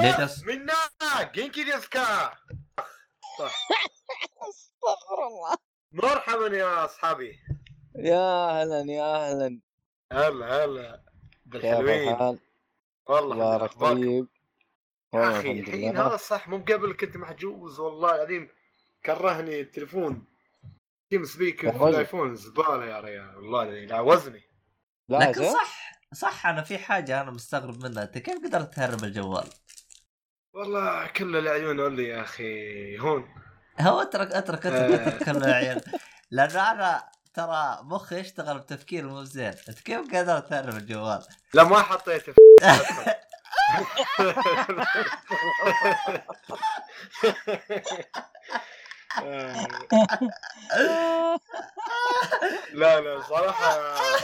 ليتس منا جينكي ديسكا. صح. استغفر الله. مرحبا يا اصحابي. يا اهلا يا اهلا، هلا كيف بالحلوين. الحال؟ والله الحمد لله، اخبارك اخباركم طيب؟ يا والله اخي؟ الحمد الحين لله. هذا صح، مو قبل كنت محجوز والله العظيم، كرهني التليفون. تيم سبيكر في الرجل الايفون زباله يا ريال، والله العظيم عوزني. لا لكن شيء. صح انا في حاجه انا مستغرب منها، انت كيف قدرت تهرب الجوال؟ والله كل العيون قال لي يا اخي هون. هو اترك تتكلم يا عيال، لانه انا ترى مخي يشتغل بتفكير مو زين. انت كيف قدرت تهرب الجوال؟ لا ما حطيته ادخل. لا صراحة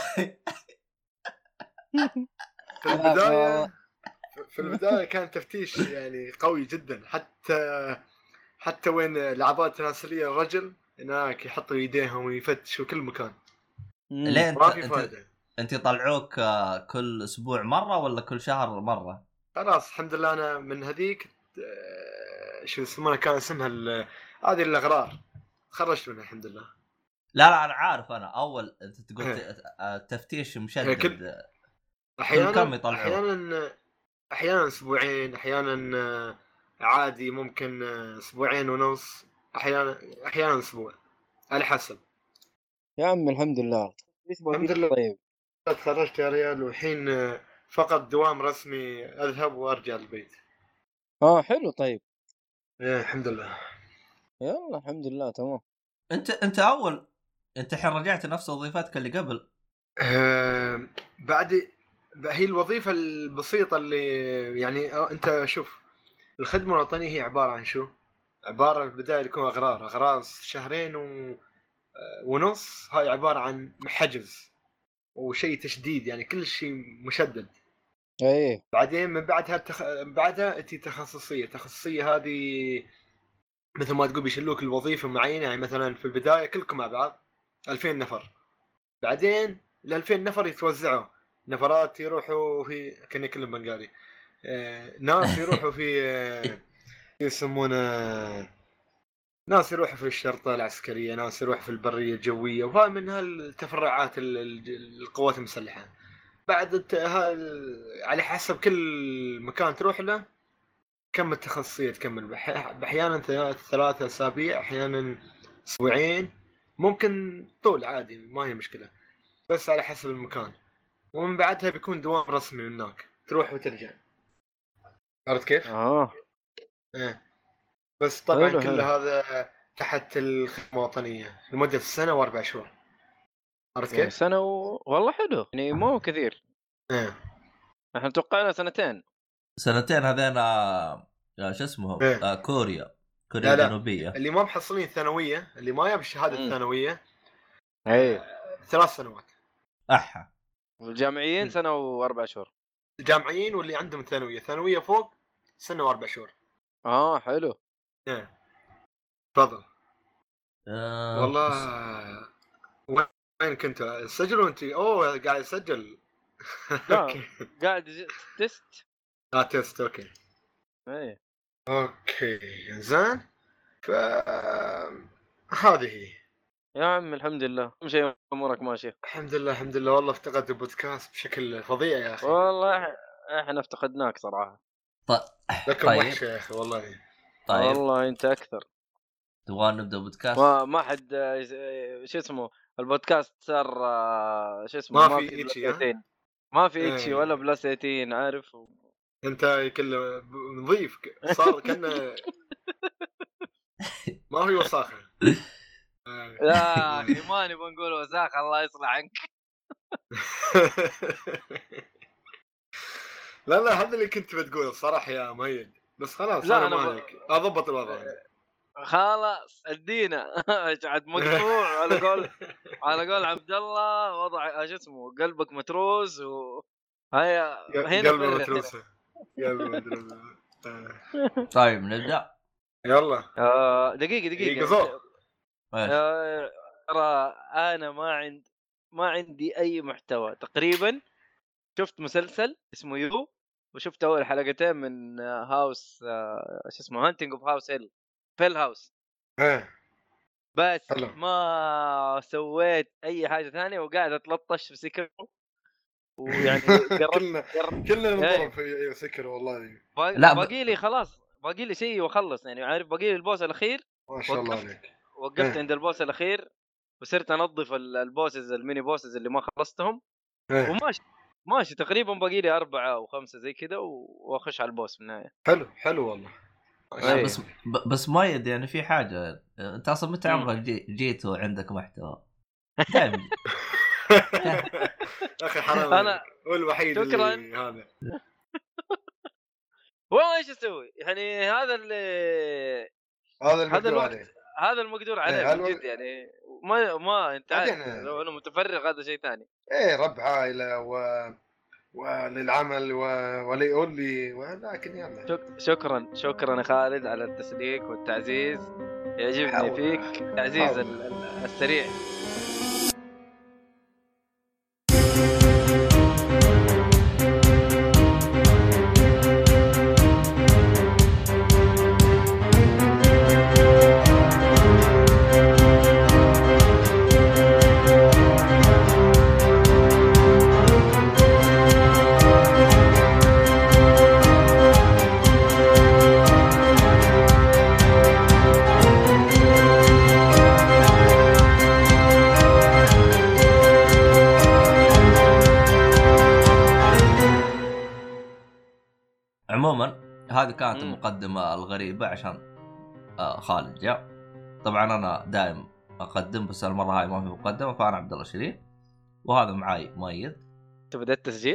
في البداية كان تفتيش يعني قوي جدا، حتى وين لعبات تناسلية الرجل هناك يحطوا يديهم ويفتشوا كل مكان. ليه ما في فائدة. انت يطلعوك كل اسبوع مره ولا كل شهر مره؟ خلاص الحمد لله انا من هذيك شو يسمونها، كان اسمها هذه الاغرار، خرجت منها الحمد لله. لا انا عارف، انا اول انت تقول تفتيش كل مشدد. كل كم احيانا يطلعوه؟ احيانا اسبوعين، احيانا عادي ممكن اسبوعين ونص، احيانا اسبوع، على حسب. يا عم الحمد لله. الحمد لله طيب تخرجت يا ريال، والحين فقط دوام رسمي اذهب وارجع البيت. حلو. طيب الحمد لله. يلا الحمد لله تمام. انت اول، انت حين رجعت نفس وظيفتك اللي قبل؟ بعد هي الوظيفة البسيطة اللي يعني انت شوف، الخدمة الوطنية هي عبارة عن شو؟ عبارة في البداية يكون اغرار شهرين ونص، هاي عبارة عن حجز وشيء تشديد، يعني كل شيء مشدد. ايه بعدين من بعدها انت تخصصية هذه مثل ما تقول بيشلوك الوظيفة معينة، يعني مثلا في البداية كلكم مع بعض 2000 نفر، بعدين ال 2000 نفر يتوزعوا، نفرات يروحوا في كان كلهم بنغالي، ناس يروحوا في يسمونه، ناس يروحوا في الشرطة العسكرية، ناس يروحوا في البرية الجوية، وهاي من هالتفرعات القوات المسلحة. بعد على حسب كل مكان تروح له كم التخصصية تكمل، أحيانا 3 أسابيع، أحيانا أسبوعين، ممكن طول عادي ما هي مشكلة، بس على حسب المكان. ومن بعدها بيكون دوام رسمي من هناك، تروح وترجع. عرفت كيف؟ إيه. بس طبعا حلو كل حلو. هذا تحت الخدمة الوطنية لمدة سنة و4 شهور. عرفت يعني كيف؟ سنة والله حلو، يعني مو كثير. ايه احنا توقعنا سنتين. سنتين هذين شو اسمه ايه. كوريا لا الجنوبية. اللي ما محصلين ثانوية، اللي ما يبي الشهادة امم الثانوية، ايه. 3 سنوات. احا. والجامعيين سنة واربع شهور. الجامعيين واللي عندهم ثانوية فوق سنة و4 شهور. حلو. ايه. تفضل. والله بس وين كنت سجلوا انت؟ اوه قاعد يسجل. لا اوكي. قاعد تست. تيست. اوكي ايه زين. ف هذه هي. يا عم الحمد لله كل شيء امورك ماشيه. الحمد لله والله افتقدت البودكاست بشكل فظيع يا اخي. والله احنا افتقدناك صراحه. ط- لكم طيب وحشه يا اخي والله. طيب والله انت اكثر. تبغى نبدا بودكاست؟ ما حد شو اسمه البودكاست صار شو اسمه ما ما في في بلس ايتشي ها. 18. ما في اتشي ولا ايه. بلس 18 عارف. انت كله نظيف صار كانه ما في وساخه. يا اخي ما نبغى نقول وساخ الله يصلح عنك. لا هذا اللي كنت بتقوله الصراحه يا مهيد، بس خلاص انا لا ما انا عليك اضبط الوضع انا. خلاص ادينا عاد مقطوع على قول عبد الله وضع شو اسمه قلبك متروس هيا هنا قلبي فرق. متروسه. قلبي متروسه. طيب نبدا. يلا دقيقة دقيقه دقيقة زور. ايش؟ ترى انا ما عندي اي محتوى تقريبا. شفت مسلسل اسمه يو وشفت اول حلقتين من هاوس شو اسمه هانتنج اوف هاوس هيل فيل هاوس ايه بس حلو. ما سويت اي حاجه ثانيه وقاعد اتلطش في سكر ويعني كلنا نضرب في سكر والله. لا باقي لي خلاص باقي لي شيء واخلص يعني عارف باقي لي البوس الاخير. ما شاء الله عليك. وقفت عند البوس الاخير وصرت انظف البوسز الميني بوسز اللي ما خلصتهم إيه. ماشي تقريبا باقي لي 4 أو 5 زي كذا واخش على البوس في النهايه. حلو والله. لا أيه. بس مايد يعني في حاجه انت اصلا متى عمرك جيت وعندك محتوى دائما اخي حرام انا هو الوحيد شكرا اللي هذا والله ايش اسوي يعني هذا المقدور عليه. هذا المقدور عليه من جد يعني ما انت عارف بعدين لو انا متفرغ هذا شيء ثاني. ايه رب عائله وللعمل وليقول لي ولكن يلا. شكرا يا خالد على التسليك والتعزيز يعجبني فيك تعزيز السريع. عموما هذه كانت المقدمة الغريبة عشان خالد جاء. طبعا أنا دائم أقدم بس المرة هاي ما في مقدمة فأنا عبد الله شريف وهذا معاي مايد. أنت بدأت تسجيل؟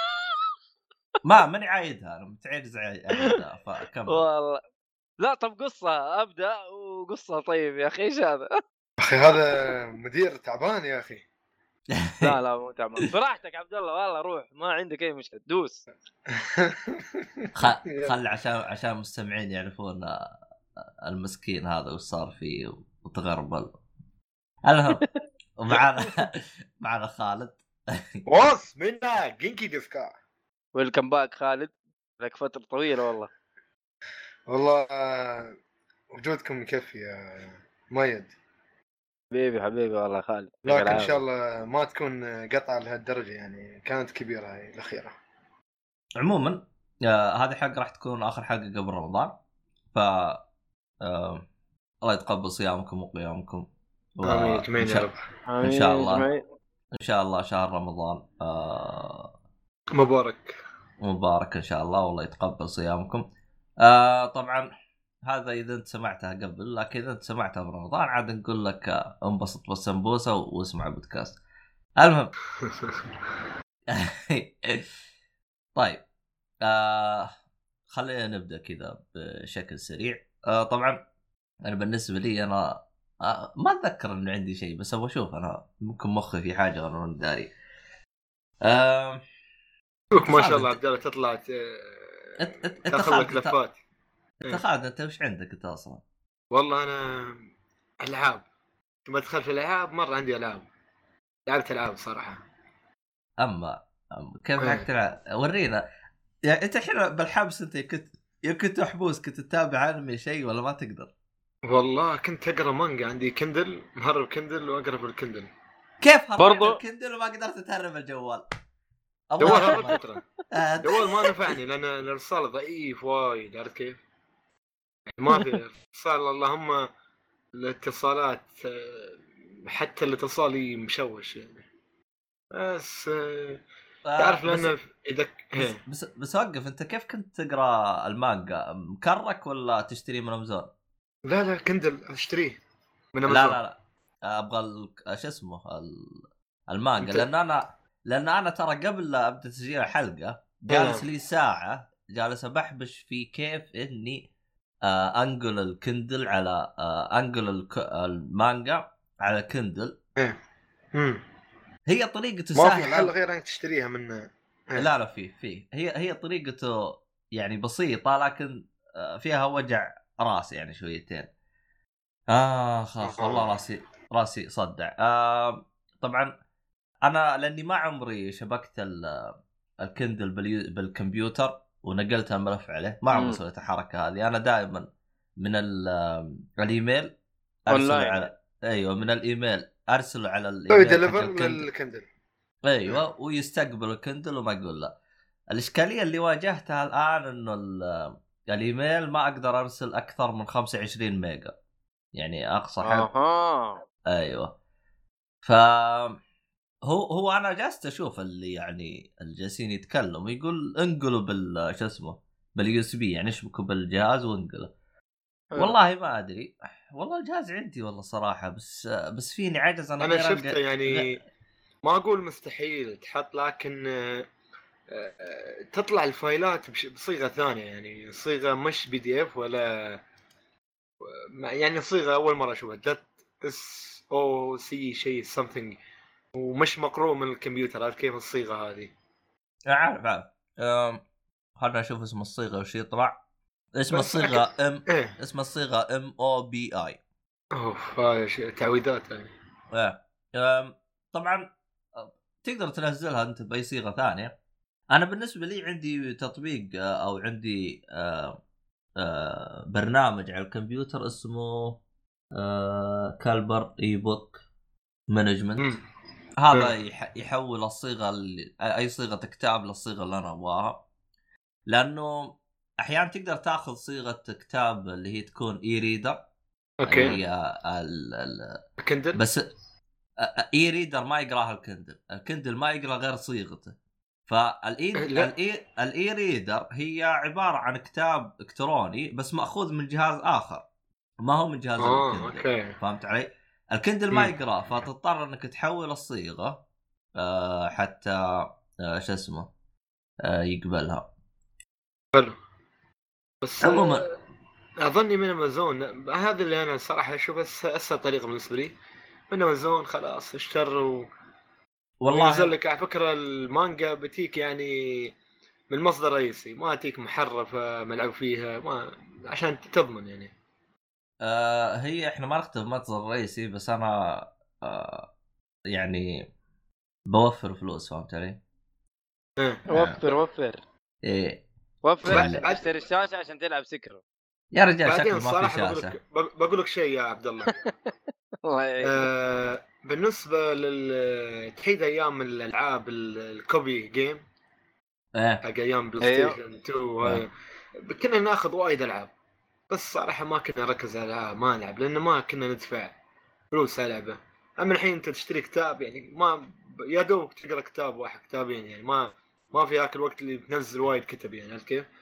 ماني عايدها أنا متعجز عايدها فكمل. والله لا طب قصة أبدأ وقصة طيب يا أخي إيش هذا؟ أخي هذا مدير تعبان يا أخي. لا مو تعبان براحتك عبد الله والله روح ما عندك أي مشكلة دوس. خل عشان المستمعين يعرفون المسكين هذا وش صار فيه وتغربل. المهم معنا خالد. واس منا جينكي ديسكا. ويلكم باك خالد لك فترة طويلة والله وجودكم كيف يا مايد حبيبي والله خالد. لكن ان شاء الله ما تكون قطعة لهالدرجة يعني كانت كبيرة هاي الأخيرة. عموما هذه حلقة راح تكون آخر حلقة قبل رمضان ف الله يتقبل صيامكم وقيامكم آمين يا رب. إن شاء الله إن شاء الله شهر رمضان مبارك إن شاء الله والله يتقبل صيامكم. طبعا هذا إذا أنت سمعتها قبل لكن إذا أنت سمعتها برمضان عاد نقول لك انبسط بالسمبوسة واسمع البودكاست. المهم طيب خلينا نبدأ كذا بشكل سريع. طبعا أنا بالنسبة لي أنا ما أتذكر إنه عندي شيء بس أبغى أشوف أنا ممكن مخي في حاجة غير داري. ما شاء الله عبد الله تطلع تاخذ لك لفات. خالد انت وش عندك انت اصلا؟ والله انا العاب ثم ادخل في الالعاب مره عندي العاب لعبت العاب صراحه. اما كيف حق تلعب ورينا يعني انت الحين بالحبس انت كنت محبوس كنت تتابع انمي شيء ولا ما تقدر؟ والله كنت اقرا مانجا عندي كندل مهرب كندل واقرا بالكندل. كيف هربت الكندل وما قدرت تهرب الجوال؟ جوال ما نفعني لان الارسال ضعيف وايد عرفت كيف ما في ارسال اللهم الاتصالات حتى الاتصال مشوش يعني بس تعرف لان اذا بس وقف انت كيف كنت تقرا المانجا مكرك ولا تشتري من امازون؟ لا كندل اشتريه من امازون. لا ابغى ايش اسمه المانجا لان انا ترى قبل لا ابدا تسجيل الحلقه جالس لي ساعه جالس بحبش في كيف اني انقل الكندل على انقل المانجا على كندل. هي طريقته سهله ما في حل غير انك تشتريها من لا في هي طريقته يعني بسيطه لكن فيها وجع راس يعني شويتين. والله راسي صدع. طبعا انا لاني ما عمري شبكت الكندل بالكمبيوتر ونقلت الملف عليه. ما عمري سويت الحركه هذه. انا دائما من الايميل ارسل على ايوه من الايميل ارسل على الايميل حق الكندل. ايوه ويستقبل الكندل وما يقول لا. الاشكاليه اللي واجهتها الان انه الايميل ما اقدر ارسل اكثر من 25 ميجا يعني اقصى حد. ايوه هو انا جالس اشوف اللي يعني الجالسين يتكلم يقول انقلوا شو اسمه باليو اس بي يعني اشبكوا بالجهاز وانقله. والله ما ادري والله الجهاز عندي والله صراحه بس فيني عجز انا شفته يعني ما اقول مستحيل تحط لكن تطلع الفايلات بصيغه ثانيه يعني صيغه مش بي دي اف ولا يعني صيغه اول مره اشوفها دوت اس او سي شيء something ومش مقروء من الكمبيوتر. عارف كيف الصيغه هذه؟ عارف خلنا نشوف اسم الصيغه وش يطلع. اسم الصيغه اسم الصيغه ام او بي اي. هذا تعويضات يعني. طبعا تقدر تنزلها انت باي صيغه ثانيه. انا بالنسبه لي عندي تطبيق او عندي برنامج على الكمبيوتر اسمه كالبر اي بوك مانجمنت. هذا يحول الصيغه اي صيغه كتاب للصيغه اللي انا ابغاها. لانه احيانا تقدر تاخذ صيغه كتاب اللي هي تكون اي ريدر. اوكي. هي الكندل بس اي ريدر ما يقراها الكندل ما يقرا غير صيغته. فالاي ريدر هي عباره عن كتاب الكتروني بس ماخوذ من جهاز اخر ما هو من جهاز الكندل. أوكي. فهمت علي؟ الكندل ما يقراه فتضطر انك تحول الصيغه حتى شو اسمه يقبلها. حلو. بس عموما اظني من امازون هذا اللي انا صراحه اشوف بس اسهل طريقه بالنسبه لي من امازون. خلاص اشتر والله ينزل لك على فكره المانجا بتيك يعني من مصدر رئيسي ما تيك محرفه ملعب فيها ما عشان تضمن يعني. هي احنا ما نختلف مصدر رئيسي بس انا يعني بوفر فلوس. فهمت علي؟ وفر ايه وفر اشتري الشاشه عشان تلعب سكر يا رجال. شكله ما في شاشه. بقول لك شيء يا عبد الله. بالنسبه للتحيد ايام الالعاب الكوبي جيم حق ايام بلاي ستيشن 2 كنا ناخذ وايد العاب بس صراحه ما كنا نركز على العاب ما نلعب لانه ما كنا ندفع فلوس على لعبه. اما الحين انت تشتري كتاب يعني ما يا دوب تقرا كتاب واحد كتابين يعني ما في ذاك الوقت اللي تنزل وايد كتب يعني. عرفت كيف؟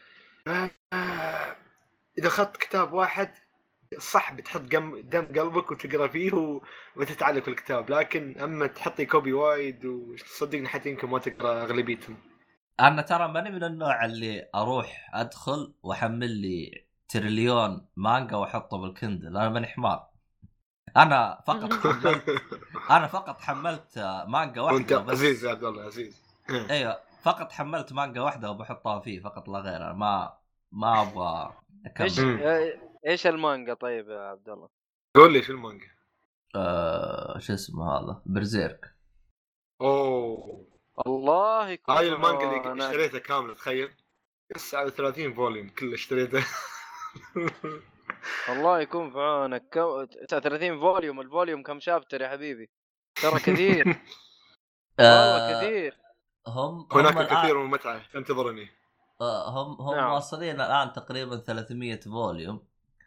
اذا اخذت كتاب واحد صح بتحط دم قلبك وتقرا فيه وتتعلق في الكتاب لكن اما تحطي كوبي وايد وصدقني حتى يمكن ما تقرا اغلبيتهم. انا ترى ماني من النوع اللي اروح ادخل واحمل لي تريليون مانجا واحطه بالكندل. انا ماني حمار. انا فقط حملت مانجا واحده بس عزيز يا عبد الله عزيز. ايوه فقط حملت مانجا واحده وبحطها فيه فقط لا غير. ما ابغى اكمل. ايش المانجا طيب يا عبد الله؟ قول لي شو المانجا. شو اسمه هذا برزيرك. الله يكون هاي المانجا اللي اشتريتها كامله تخيل 39 فوليوم كله اشتريته. الله يكون في عونك. 30 فوليوم الفوليوم كم شابتر يا حبيبي؟ ترى كثير. والله كثير. هناك الكثير من المتعة انتظرني. هم واصلين الان تقريبا 300 فوليوم.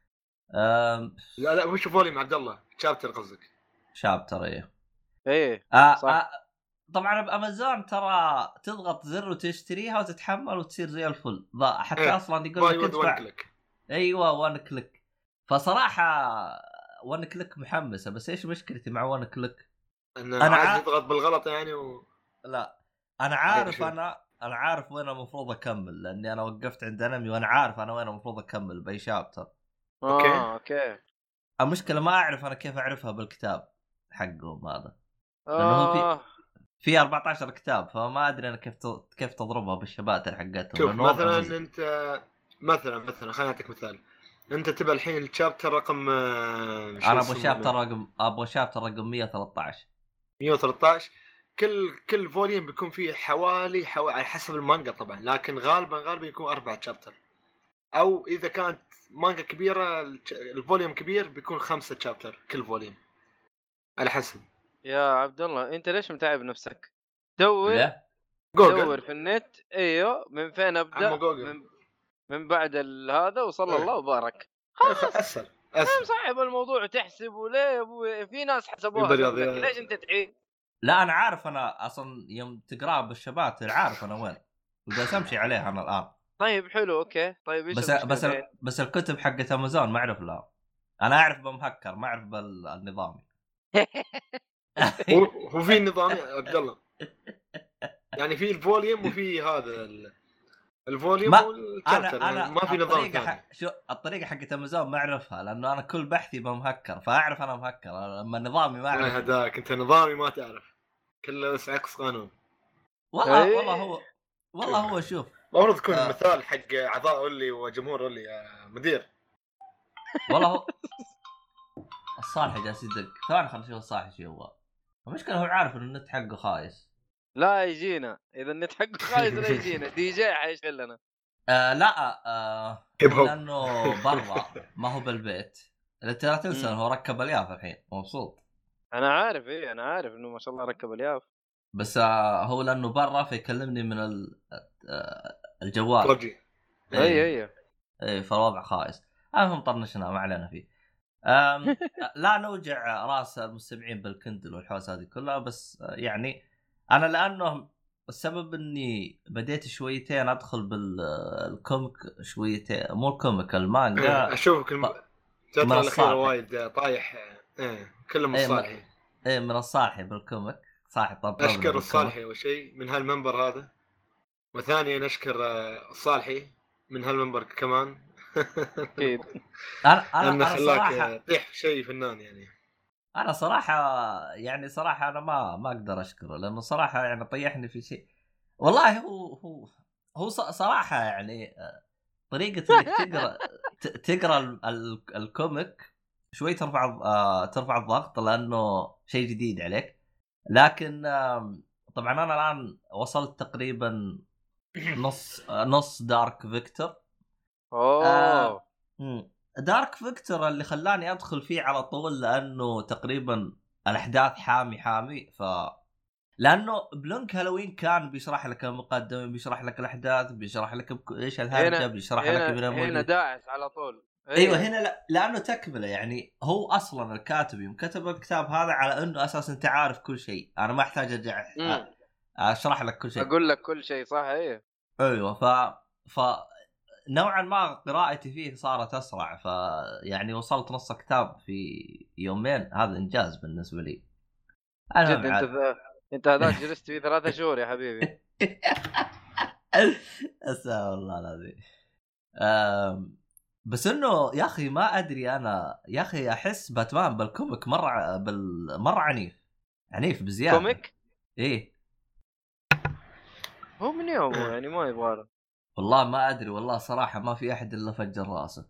لا وش فوليوم عبد الله؟ شابتر قصدك؟ شابتر ايه صح. طبعا بامازون ترى تضغط زر وتشتريها وتتحمل وتصير زي الفل. حتى اصلا يقول لك ادفع. ايوه وان كليك. فصراحه وان كليك محمسه بس ايش مشكلتي مع وان كليك؟ انا عاد تضغط بالغلط يعني لا انا عارف انا عارف وين المفروض اكمل لاني انا وقفت عند انمي وانا عارف انا وين المفروض اكمل باي شابتر. اوكي المشكله ما اعرف انا كيف اعرفها بالكتاب حقهم هذا. لانه في 14 كتاب فما ادري انا كيف تضربها بالشباتر حقتهم. شوف مثلا انت مثلا خليني اعطيك مثال. انت تبى الحين الشابتر رقم انا ابغى شابتر رقم 113. كل فوليوم بيكون فيه حوالي على حسب المانجا طبعا، لكن غالبا يكون 4 شابتر، او اذا كانت مانجا كبيره الفوليوم كبير بيكون 5 شابتر كل فوليوم على حسب. يا عبد الله انت ليش متعب نفسك؟ دور لا جوجل في النت. ايوه من فين عمو ابدا؟ جوجل. من بعد هذا وصلى إيه. الله وبارك. خلاص اسهل مصعب الموضوع وتحسب وليه يا ابوي؟ في ناس حسبوها قبلك، بالرياضيات. ليش انت تعيد؟ لا انا عارف، انا اصلا يوم تقرا بالشبات عارف انا وين وجالس امشي عليها انا الان. طيب حلو اوكي. طيب ايش المشكله؟ بس الكتب حقت امازون ما اعرف لها. انا اعرف بمهكر ما اعرف بالنظامي. هو في نظام يا عبد الله، يعني في الفوليوم وفي هذا الفوليوم والشابتر، انا ما في نظام ثاني. الطريقه حقت امازون ما اعرفها لانه انا كل بحثي بمهكر، فاعرف انا مهكر لما نظامي ما اعرف. هذاك انت نظامي ما تعرف، كله بس عكس قانون. والله هو شوف المفروض تكون مثال حق اعضاء اولي وجمهور اولي يا مدير. والله هو الصالح جالس يدق ثواني، خلينا نشوف الصالح شو هو. المشكله هو عارف انه النت حقه خايس. لا يجينا اذا النت حقه خايس لا يجينا دي جي حيشغل لنا. لا لانه برا ما هو بالبيت. انت لا تنسى هو ركب الياف الحين مبسوط. انا عارف انا عارف انه ما شاء الله ركب الياف، بس هو لانه برا فيكلمني من الجوال. رجي اي فالوضع خايس. المهم طنشنا ما علينا فيه. لا نوجع راس المستمعين بالكندل والحوس هذه كلها، بس يعني انا لانه السبب اني بديت شويتين ادخل بالكوميك شويتين، مو الكوميك المانجا. اشوفك الفتره الاخيره وايد طايح كله من الصالحي. من الصالحي بالكوميك صاحي. طب اشكر الصالحي وشيء من هالمنبر هذا، وثانيا نشكر الصالحي من هالمنبر كمان. اكيد انا خلاك تطيح شيء فنان يعني. انا صراحه انا ما اقدر اشكره لانه صراحه يعني طيحني في شيء. والله هو صراحه يعني طريقه انك تقرا الكوميك شوي ترفع الضغط لانه شيء جديد عليك. لكن طبعا انا الان وصلت تقريبا نص دارك فيكتور. دارك فيكتور اللي خلاني ادخل فيه على طول لانه تقريبا الاحداث حامي لانه بلونك هالوين كان بيشرح لك المقدمه، بيشرح لك الاحداث، بيشرح لك ايش الهرجه، بيشرح لك هنا داعس على طول. ايوه هنا لانه تكمله. يعني هو اصلا الكاتب يوم كتب الكتاب هذا على انه اساس انت عارف كل شيء، انا ما احتاج ارجع اشرح لك كل شيء، اقول لك كل شيء صح. ايوه ف نوعا ما قراءتي فيه صارت اسرع. يعني وصلت نص كتاب في يومين، هذا انجاز بالنسبه لي جد. انت هذاك جلست فيه 3 شهور يا حبيبي. استغفر الله العظيم. بس انه يا اخي ما ادري انا يا اخي احس باتمان بالكوميك مره عنيف بزياده. كوميك ايه هو من يومه يعني ما يبغى. والله ما ادري، والله صراحه ما في احد الا فجر راسه.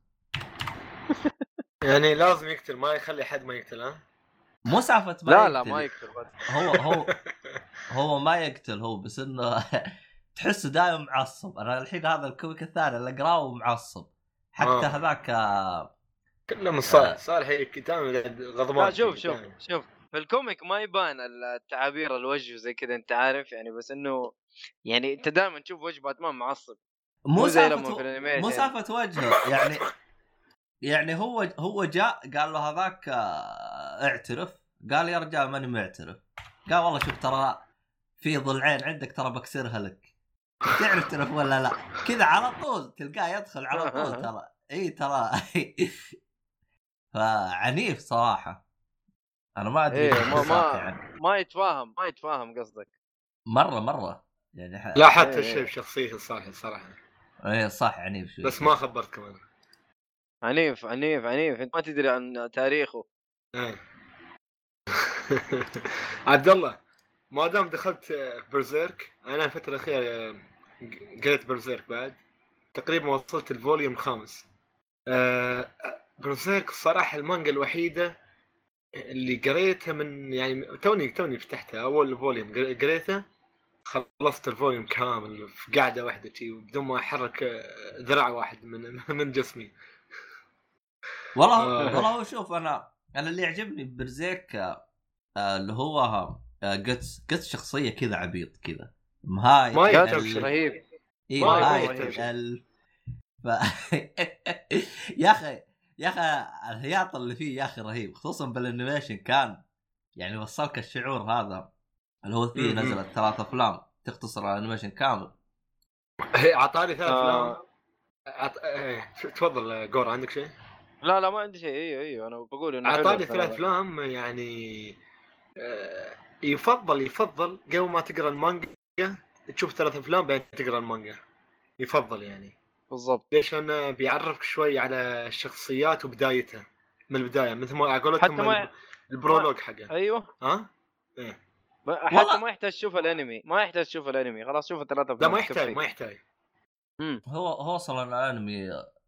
يعني لازم يقتل، ما يخلي حد ما يقتل. ها مو سالفه ما لا يقتل. لا ما يقتل بس. هو ما يقتل هو، بس انه تحسه دائما معصب. انا الحين هذا الكوميك الثاني اللي اقراه ومعصب حتى هذاك كله من صالح هيك كتاب غضبان. شوف في الكوميك ما يبان التعابير الوجه زي كذا انت عارف يعني، بس انه يعني انت دائما تشوف وجه باتمان معصب، مو زي لما في الانيميشن. مو سالفه وجهه يعني هو جاء قال له هذاك اعترف، قال يا رجال ماني معترف. قال والله شوف ترى في ضلعين عندك ترى بكسرها لك، تعرف ولا لا؟ كذا على طول تلقاه يدخل على طول ترى فعنيف صراحه. انا ما ادري ما يتفاهم قصدك مره يعني لا حتى الشيء شخصيه الصراحه صح عنيف شوي، بس ما خبرت كمان. عنيف انت ما تدري عن تاريخه. عبد الله ما دام دخلت برزيرك، انا الفتره الاخيره قريت برزيرك بعد تقريبا وصلت الفوليوم 5. برزيرك الصراحه المانجا الوحيده اللي قريته من يعني توني فتحتها اول فوليوم قريته، خلصت الفوليوم كامل في قاعده واحده بدون ما احرك ذراع واحد من جسمي. والله هو شوف انا اللي يعجبني ببرزيرك اللي هو جتس شخصيه كذا عبيط كذا مهاي ما جاتس رهيب. اي ما مهاي يتم ف... يا اخي الهياط اللي فيه يا اخي رهيب، خصوصا بالانيميشن كان يعني وصلك الشعور هذا اللي هو فيه نزلت 3 أفلام تختصر الانيميشن كامل. عطاني 3 أفلام. تفضل جور، عندك شيء؟ لا ما عندي شيء. ايوه انا بقول انه حلو. عطاني 3 أفلام يعني يفضل قبل ما تقرا المانجا تشوف 3 أفلام بعدين تقرا المانجا، يفضل يعني بالضبط. ليش؟ أنا بيعرفك شوي على الشخصيات وبدايتها من البداية، مثل ما أقولكم البرولوج حقه. ايوه ها إيه. حتى ما يحتاج تشوف الانمي، خلاص شوف 3 لا ما يحتاج هو اصلا الانمي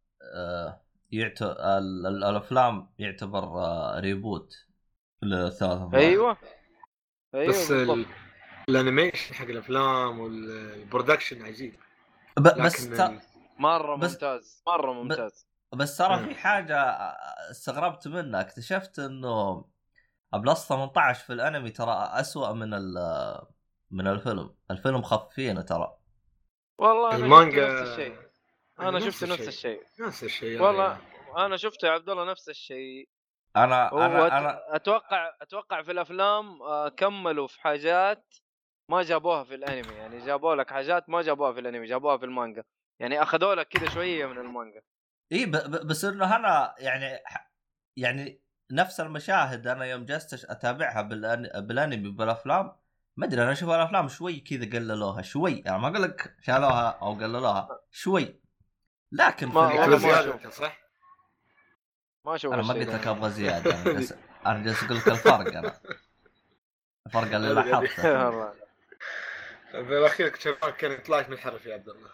الافلام يعتبر ريبوت للثلاث افلام. ايوه بس الانيميشن حق الافلام والبرودكشن عجيب. بس مره ممتاز. بس ترى في حاجه استغربت منها، اكتشفت انه بلس 18 في الانمي ترى اسوأ من الفيلم خفينه ترى. والله انا المانجا نفس الشيء. انا شفت نفس الشيء والله انا شفته يا عبد الله نفس الشيء. انا اتوقع في الافلام كملوا في حاجات ما جابوها في الانمي، يعني جابوا لك حاجات ما جابوها في الانمي جابوها في المانجا، يعني اخذوا لك كذا شويه من المانجا. اي بس انه انا يعني نفس المشاهد انا يوم جلست اتابعها بالانمي بالافلام ما ادري، انا اشوف الافلام شوي كذا قللوها شوي، يعني ما اقول لك شالوها او قللوها شوي، لكن ما زيادة صح. ما اشوف انا ما قلت لك ابغى زياده، انا جالس اقول لك الفرق، انا الفرق اللي لاحظته بالاخير شباب كان طلعت من الحرف يا عبد الله.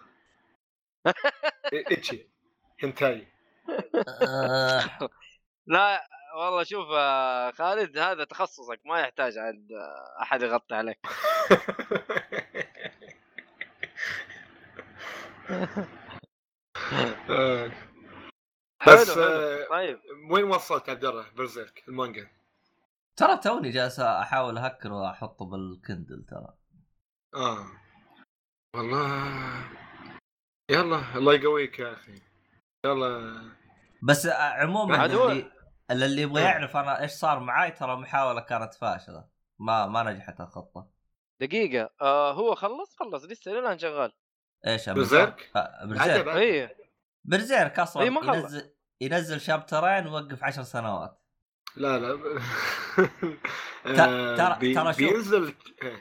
اتشي هنتاي. لا والله شوف خالد هذا تخصصك ما يحتاج عند احد يغطي عليك. بس طيب وين وصلت عبد الله برزيرك المانجا؟ ترى توني جالس احاول اهكر واحطه بالكندل ترى. والله يلا الله يقويك يا اخي يلا. بس عموما اللي يبغى يعرف انا ايش صار معاي، ترى محاولة كانت فاشلة، ما نجحت الخطة. دقيقة هو خلص لسه الان شغال. ايش برزيرك؟ برزيرك ايه برزيرك اصلا إيه ينزل شابترين ووقف 10 سنوات. لا ترى بينزل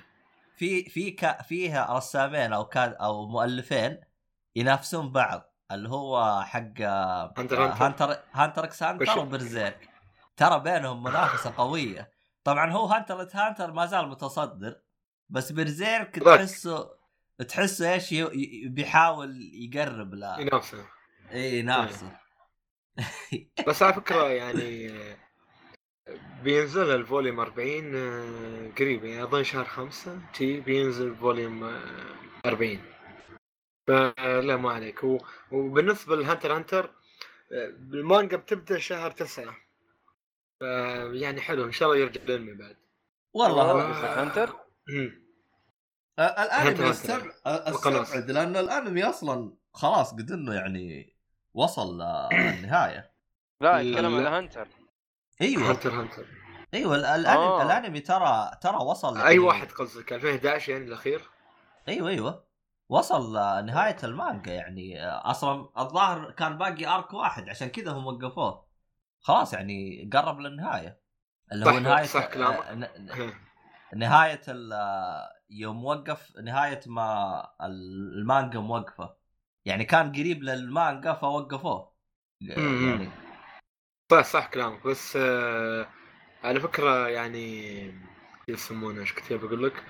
فيها رسامين او مؤلفين ينافسون بعض، اللي هو حق هانتر اكس هانتر وبرزيرك، ترى بينهم منافسة قوية. طبعا هو هانتر ما زال متصدر، بس برزيرك تحسه ايش بيحاول يقرب له ينافسه. ينافسه. بس على فكرة يعني بينزل الفوليوم 40 قريب، يعني اظن شهر 5 بينزل فوليوم 40. فلا ما عليك. وبالنسبة لهانتر المانجا بتبدأ شهر 9، يعني حلو ان شاء الله يرجع للمي بعد. والله هانتر الانمي استبعد لان الانمي اصلا خلاص قد انه يعني وصل للنهايه. لا يتكلم على هانتر. ايوه هانتر ايوه الانمي ترى وصل اي واحد قصدك 2011 يعني الاخير. ايوه وصل نهايه المانجا، يعني اصلا الظاهر كان باقي ارك واحد عشان كذا هم وقفوه خلاص، يعني قرب للنهايه اللي هو نهايه نهايه يوم وقف نهايه ما المانجا موقفه، يعني كان قريب للمانجا فوقفوه يعني. صح كلامك. بس على فكره يعني يسمونه ايش كنت بقول لك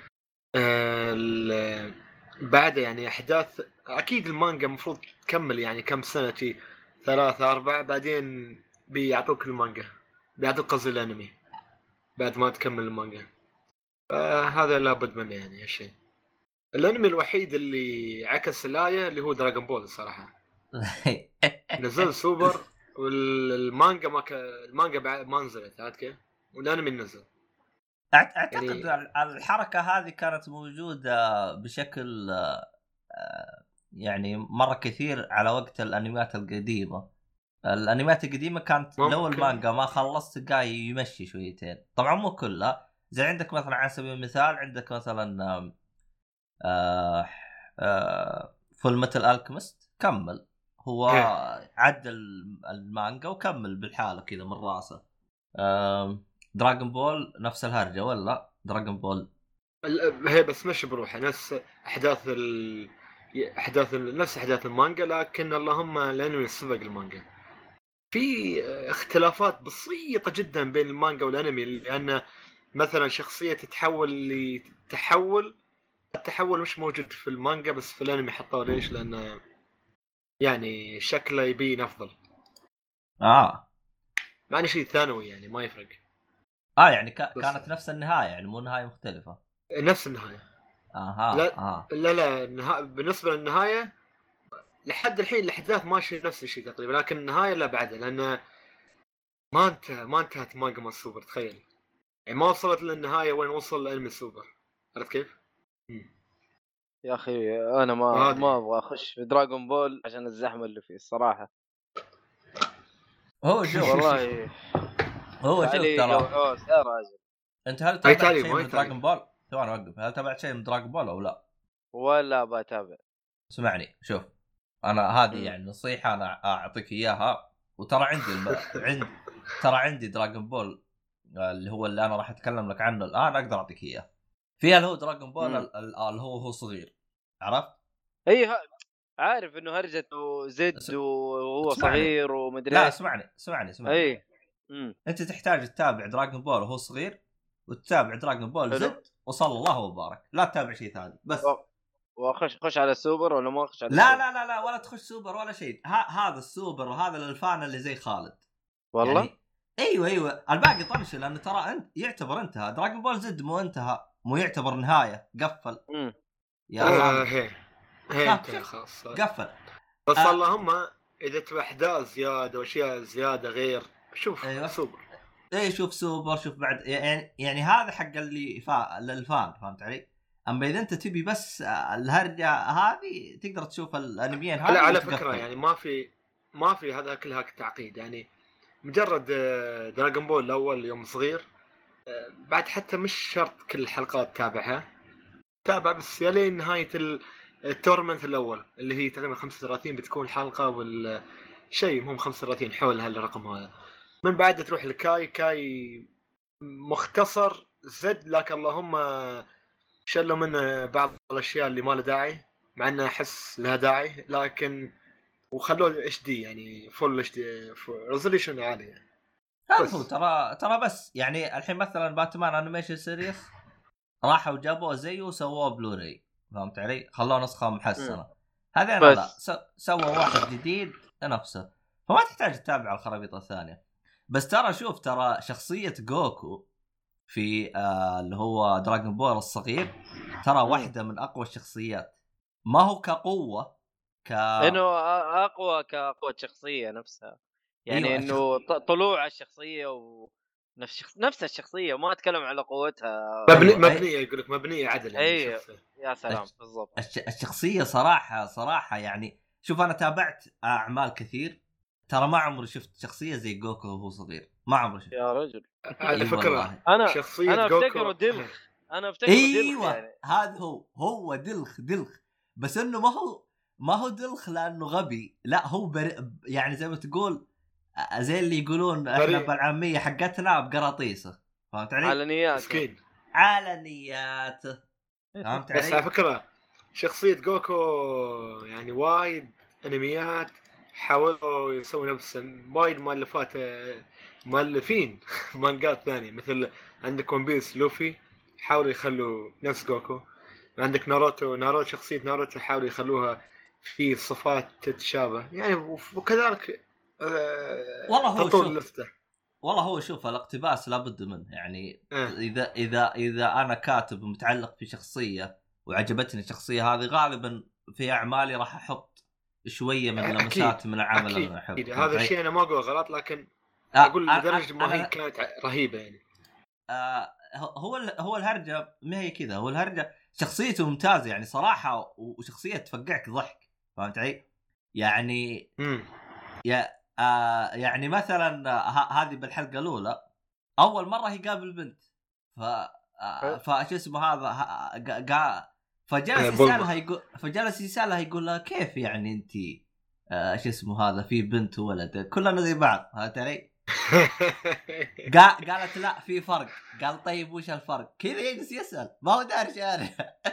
بعد يعني احداث اكيد المانجا المفروض تكمل يعني كم سنه 3-4 بعدين بيعطوك المانجا بعد القصد الانمي بعد ما تكمل المانجا. هذا لابد منه يعني هالشيء. الانمي الوحيد اللي عكس الآية اللي هو دراغون بول الصراحة. نزل سوبر والمانجا المانجا بعد ما نزلت، عاد كيف والانمي نزل. اعتقد يعني الحركه هذه كانت موجوده بشكل يعني مره كثير على وقت الانميات القديمه. الانميات القديمه كانت لو المانجا ما خلصت تلقاه يمشي شويتين، طبعا مو كلها. زي عندك مثلا على سبيل المثال عندك مثلا فول ميتال الكيمست كمل هو عدل المانجا وكمل بالحاله كذا من راسه. دراغون بول نفس الهرجه ولا دراغون بول هي بس مش بروحه نفس احداث نفس احداث المانجا، لكن اللهم الانمي سبق المانجا. في اختلافات بسيطه جدا بين المانجا والانمي، لان مثلا شخصيه تتحول التحول مش موجود في المانجا بس في الانمي حطوه. ليش؟ لانه يعني شكله يبين افضل. معني شيء ثانوي يعني ما يفرق. يعني كانت نفس النهايه يعني مو نهايه مختلفه. نفس النهايه. لا بالنسبه للنهايه لحد الحين الاحداث ماشي نفس الشيء تقريبا، لكن النهايه لا بعدها، لان ما انتهت مانجا السوبر. تخيل يعني ما وصلت للنهايه وين وصل الانمي السوبر. عرفت كيف؟ يا اخي انا ما ابغى اخش في دراغون بول عشان الزحمه اللي فيه الصراحه. هو شوف والله هو شوف ترى يا راجل انت هل تابعت شيء من دراغون بول؟ ثواني اوقف. هل تابعت شيء من دراغون بول او لا؟ ولا بتابع. اسمعني شوف انا هذه يعني نصيحه انا اعطيك اياها. وترى ترى عندي دراغون بول اللي هو اللي انا راح اتكلم لك عنه الان اقدر اعطيك اياه. فيها اللي هو دراغون بول اللي هو صغير، عرفت؟ عارف انه هرجته زد وهو صغير ومدري. لا اسمعني انت تحتاج تتابع دراغون بول وهو صغير وتتابع دراغون بول زد وصلى الله وبارك. لا تتابع شيء ثاني بس. خش على السوبر ولا ما اخش على لا ولا تخش سوبر ولا شيء. هذا السوبر وهذا للفان اللي زي خالد والله يعني. ايوه الباقي طنش، لانه ترى انت يعتبر انتهى. دراغون بول زد مو انتهى، مو يعتبر نهايه، قفل يا هي خلاص قفل. بس اللهم اذا تبغى احداث زياده واشياء زياده غير شوف سوبر. شوف سوبر، شوف بعد يعني هذا حق اللي للفان، فهمت علي؟ اما اذا انت تبي بس الهرجه هذه تقدر تشوف الانميين هذه. على فكره يعني ما في هذا كل هاك التعقيد. يعني مجرد دراغون بول الاول يوم صغير بعد حتى مش شرط كل الحلقات تابع بس يلين نهايه التورمنت الاول اللي هي تقريبا 35 بتكون حلقه والشيء هم 35 حول هالرقم هذا. من بعد تروح لكاي مختصر زد، لكن اللهم شلوا منه بعض الاشياء اللي ما له داعي مع انه احس لها داعي، لكن وخلوه اتش دي يعني فول اتش دي ريزوليوشن عالي يعني. هو ترى بس يعني الحين مثلا باتمان انيميشن سيريس راحوا جابوه زيه وسووه بلوراي، فهمت علي؟ خلوه نسخه محسنه. هذين لا سووا واحد جديد نفسه، فما تحتاج تتابع الخرابيط الثانيه. بس ترى ترى شخصيه جوكو في اللي هو دراغون بول الصغير ترى واحده من اقوى الشخصيات. ما هو كقوه انه اقوى كقوه شخصيه نفسها يعني. أيوة انه طلوع الشخصيه نفس الشخصيه، ما اتكلم على قوتها. مبنيه يقول لك مبنيه عدل يعني. أيوة. يا سلام بالضبط. الشخصيه صراحه يعني. شوف انا تابعت اعمال كثير، ترى ما عمري شفت شخصيه زي جوكو وهو صغير، ما عمري شفت يا رجل. على فكره شخصيه انا افتكره دلخ. ايوه يعني. هذا هو دلخ بس انه ما هو دلخ لانه غبي، لا هو يعني زي ما تقول زي اللي يقولون احنا بالعاميه حقتنا بقراطيسه، فهمت علي؟ على نياته فهمت علي؟ بس على فكره شخصيه جوكو يعني وايد انميات حاولوا يسووا نفس وايد مؤلفين مانجات ثانيه، مثل عندك ون بيس لوفي حاولوا يخلوا نفس جوكو. عندك ناروتو شخصيه ناروتو حاولوا يخلوها في صفات تتشابه يعني. وكذلك والله هو والله هو شوف الاقتباس لابد منه يعني. إيه. اذا انا كاتب متعلق في شخصيه وعجبتني الشخصيه هذه، غالبا في اعمالي راح احط شويه من لمسات من العمل اللي انا احبه. هذا الشيء انا ما اقول غلط، لكن آه اقول لدرجه ما هي كانت رهيبه يعني. هو الهرجه ما هي كذا، هو الهرجه شخصيته ممتازه يعني صراحه، وشخصيه تفقعك ضحك، فهمت علي؟ يعني يعني مثلا هذه بالحلقه الاولى اول مره يقابل بنت، فش اسمه هذا فجلس يسالها يقول لها كيف يعني انت شو اسمه هذا في بنت وولد كلنا زي بعض، فهمت علي؟ قالت لا في فرق. قال طيب وش الفرق؟ كذا يجلس يسال ما هو داري شارع.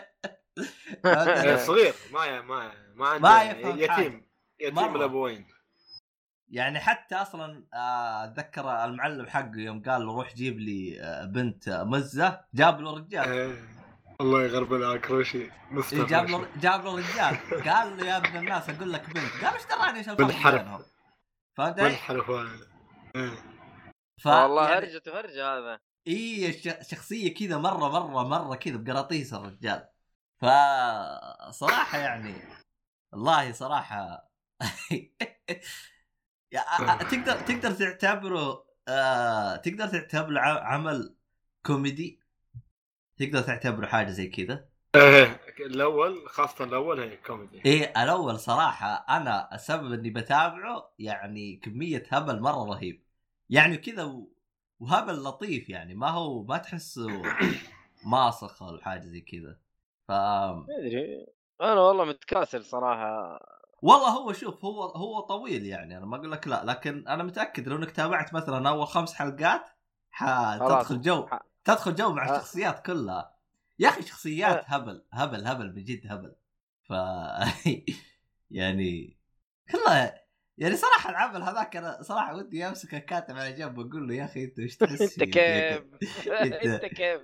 صغير ما عنده يتيم الابوين يعني. حتى اصلا اتذكر المعلم حقه يوم قال له روح جيب لي بنت مزه، جاب له رجال. الله يغرب العكروشي جاب له رجال. قال له يا ابن الناس اقول لك بنت. قال ايش دراني ايش الفرق بينهم؟ فهمت والله يعني هرجة هذا. شخصيه كذا مره كذا بقراطيس الرجال. صراحه يعني والله صراحه تقدر تعتبره تقدر تعتبره عمل كوميدي، تقدر تعتبره حاجه زي كذا. الاول خاصه الاول هي كوميدي. الاول صراحه انا السبب اني بتابعه يعني كميه هبل مره رهيب يعني كذا، وهبل لطيف يعني ما تحسه ماسخ ولا حاجه زي كذا. ما ادري انا والله متكاسل صراحه. والله هو شوف هو طويل يعني، انا ما اقول لك لا، لكن انا متاكد لو انك تابعت مثلا اول 5 حلقات تدخل جو مع الشخصيات كلها. يا اخي شخصيات هبل بجد هبل. ف يعني كلها يعني صراحه العمل هذاك انا صراحه ودي امسك الكاتب على جنب واقول له يا اخي انت ايش تحس انت كيف انت كيف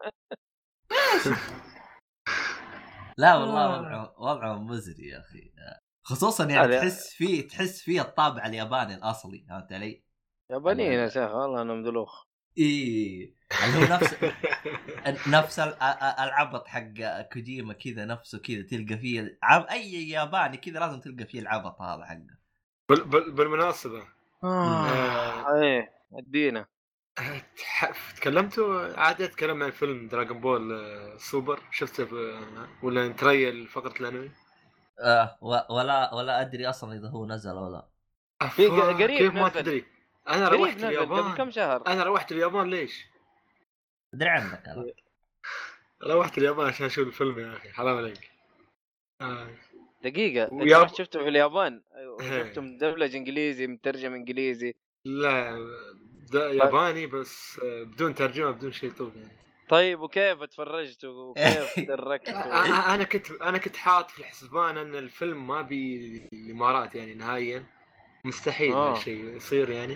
لا والله وضعه مزري يا اخي، خصوصا يعني تحس فيه الطابع الياباني الاصلي، فهمت علي؟ يابانيين يا شيخ والله انا مدلوخ. اللي هو نفس العبط حق كوجيما كذا، نفسه كذا تلقى فيه اي ياباني كذا لازم تلقى فيه العبط هذا حقه. بالمناسبه ايه ادينا تكلمتوا عادي اتكلم عن فيلم دراغون بول سوبر، شفته ولا نتريل فقره الانمي؟ ولا ادري اصلا اذا هو نزل ولا في قريب. كيف ما تدري؟ انا روحت اليابان قبل كم شهر. انا روحت اليابان ليش؟ ادري عنك انا روحت اليابان عشان اشوف الفيلم يا اخي حرام عليك. دقيقة انت شفته في اليابان وشفته مدبلج انجليزي مترجم انجليزي؟ لا ياباني بس بدون ترجمة بدون شيء طول يعني. طيب وكيف تفرجت وكيف تدركت؟ انا كنت حاط في الحسبان ان الفيلم ما بي الامارات يعني نهائيا مستحيل هالشيء يصير يعني.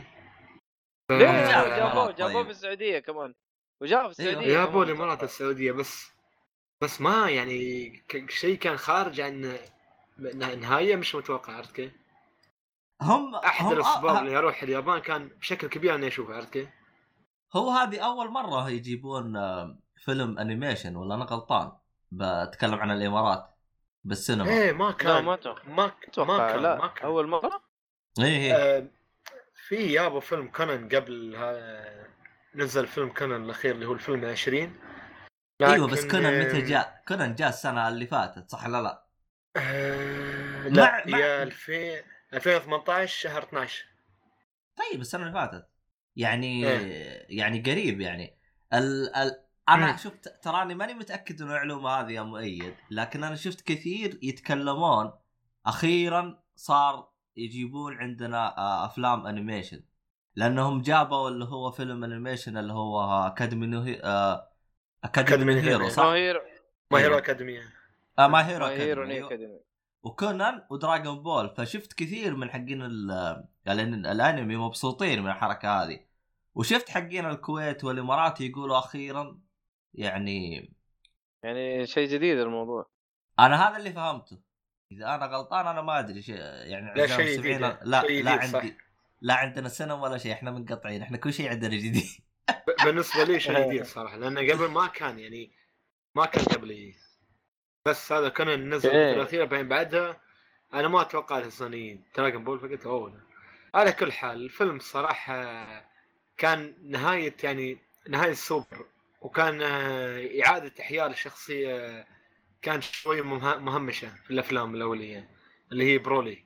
جابوه في السعودية كمان وجابوا في السعودية جابوا الامارات السعودية بس ما يعني شيء كان خارج عن نهاية مش متوقع، عرفت كيف؟ احد الاسباب اللي اروح اليابان كان بشكل كبير اني اشوفه، عرفت كيف؟ هو هذه اول مرة يجيبون فيلم انيميشن ولا انا غلطان؟ بتكلم عن الامارات بالسينما. ايه ما كان ما كان اول مرة. ايه في يابا فيلم كونان قبل نزل فيلم كونان الاخير اللي هو الفيلم 20. ايوه بس كونان متى جاء؟ كونان جاء السنة اللي فاتت صح لا لا؟ لا يا 2018 شهر 12. طيب السنة اللي فاتت يعني يعني قريب يعني انا شفت تراني ماني متاكد من المعلومه هذه يا مؤيد، لكن انا شفت كثير يتكلمون اخيرا صار يجيبون عندنا افلام انيميشن، لانهم جابوا اللي هو فيلم انيميشن اللي هو اكاديمي هيرو صح؟ ما هيرو اكاديميه ما هيرو اكاديمي وكونان ودراغون بول. فشفت كثير من حقين الانمي مبسوطين من الحركه هذه، وشفت حقين الكويت والامارات يقولوا اخيرا يعني شيء جديد الموضوع. انا هذا اللي فهمته، اذا انا غلطان انا ما ادري شيء يعني. لا شيء جديد. لا عندي لا عندنا سينما ولا شيء، احنا منقطعين، احنا كل شيء عندنا جديد. بالنسبه لي شيء جديد صراحه، لانه قبل ما كان يعني ما كان قبلي، بس هذا كان نزل إيه. في الأخيرة بعدين بعدها انا ما اتوقع الصينيين دراغون بول، فقلت اوه. على كل حال الفيلم صراحه كان نهايه يعني نهايه سوبر، وكان اعاده احياء الشخصيه كانت شوي مهمشه في الافلام الاوليه اللي هي برولي.